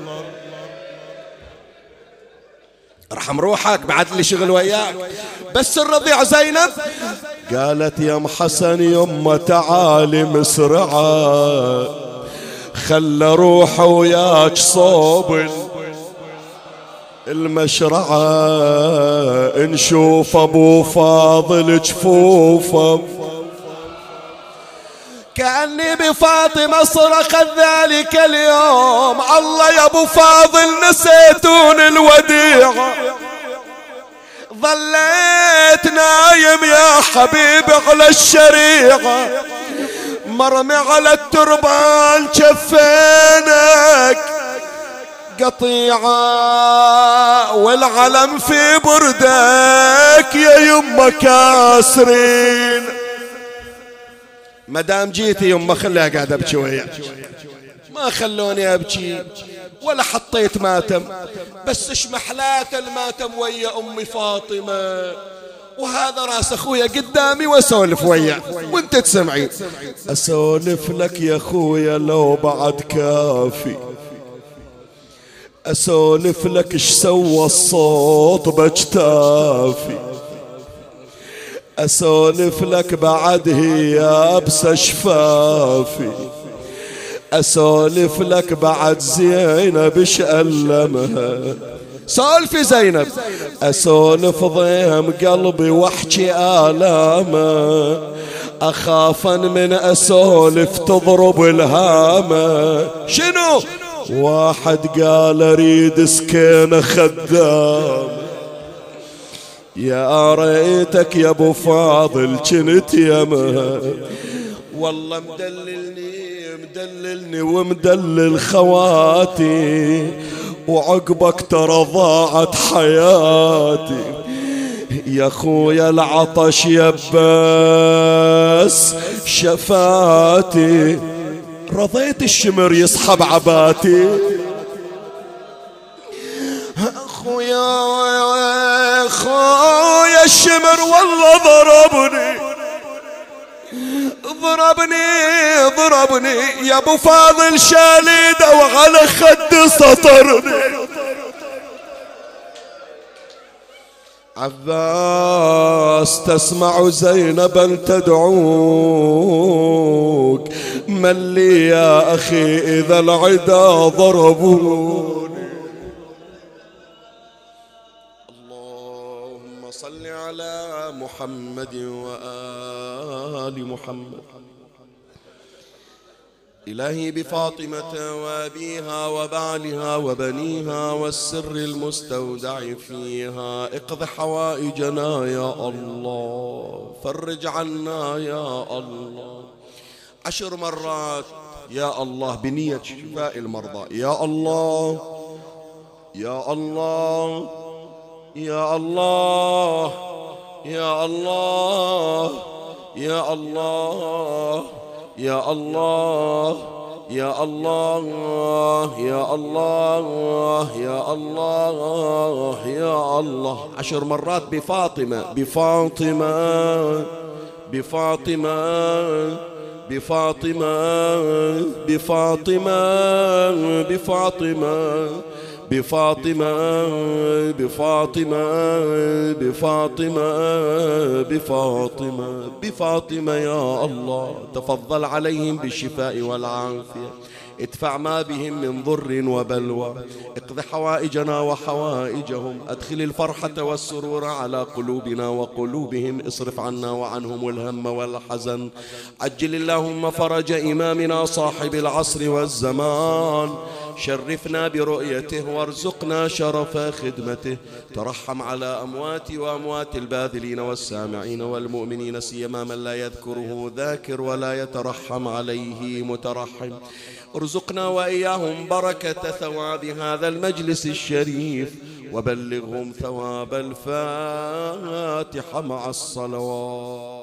[SPEAKER 1] ارحم روحك بعد لي شغل وياك. بس الرضيع زينب قالت: يا ام حسن يما تعالي مسرعة، خل روح وياك صوب المشرعة، نشوف ابو فاضل جفوفه. كأني بفاطمة صرخت ذلك اليوم: الله يا ابو فاضل نسيتون الوديعة، ظليت نايم يا حبيبي على الشريعة، مرمي على التربان شفينك قطيعة، والعلم في بردك يا يما كاسرين. مدام جيتي يما خليها قاعدة ابكي وياك، ما خلوني ابكي ولا حطيت ماتم، بس ايش محلات الماتم ويا امي فاطمة، وهذا راس اخويا قدامي واسولف وياه وانت تسمعين. اسولف لك يا اخويا لو بعد كافي، اسولف لك ايش سوى الصوت بجتافي، اسولف لك بعد هي ابس شفافي، اسولف لك بعد زينب ايش ألمها. سولفي زينب. اسولف ضيم قلبي واحكي آلامه، اخافا من اسولف تضرب الهامه. شنو؟ واحد قال اريد سكينه خدام، يا ريتك يا ابو فاضل كنت يمها، والله مدللني مدللني ومدلل خواتي، وعقبك ترى ضاعت حياتي، يا خويا العطش يبس شفاتي، رضيت الشمر يسحب عباتي. خويا خويا الشمر والله ضربني ضربني ضربني يا ابو فاضل شاليده وعلى خد سطرني. عباس تسمع زينبا تدعوك، من لي يا أخي إذا العدا ضربوني. اللهم صل على محمد وآل محمد. إلهي بفاطمة وأبيها وبعلها وبنيها والسر المستودع فيها اقض حوائجنا يا الله، فرج عنا يا الله. عشر مرات يا الله بنية شفاء المرضى. يا الله يا الله يا الله يا الله يا الله يا الله يا الله يا الله يا الله يا الله. عشر مرات بفاطمة بفاطمة بفاطمة بفاطمة بفاطمة بفاطمة بفاطمة بفاطمة بفاطمة بفاطمة بفاطمة يا الله. تفضل عليهم بالشفاء والعافية، ادفع ما بهم من ضر وبلوى، اقض حوائجنا وحوائجهم، ادخل الفرحة والسرور على قلوبنا وقلوبهم، اصرف عنا وعنهم الهم والحزن. عجل اللهم فرج إمامنا صاحب العصر والزمان، شرفنا برؤيته وارزقنا شرف خدمته. ترحم على أموات وأموات الباذلين والسامعين والمؤمنين، سيما من لا يذكره ذاكر ولا يترحم عليه مترحم. ارزقنا وإياهم بركة ثواب هذا المجلس الشريف، وبلغهم ثواب الفاتحة مع الصلوات.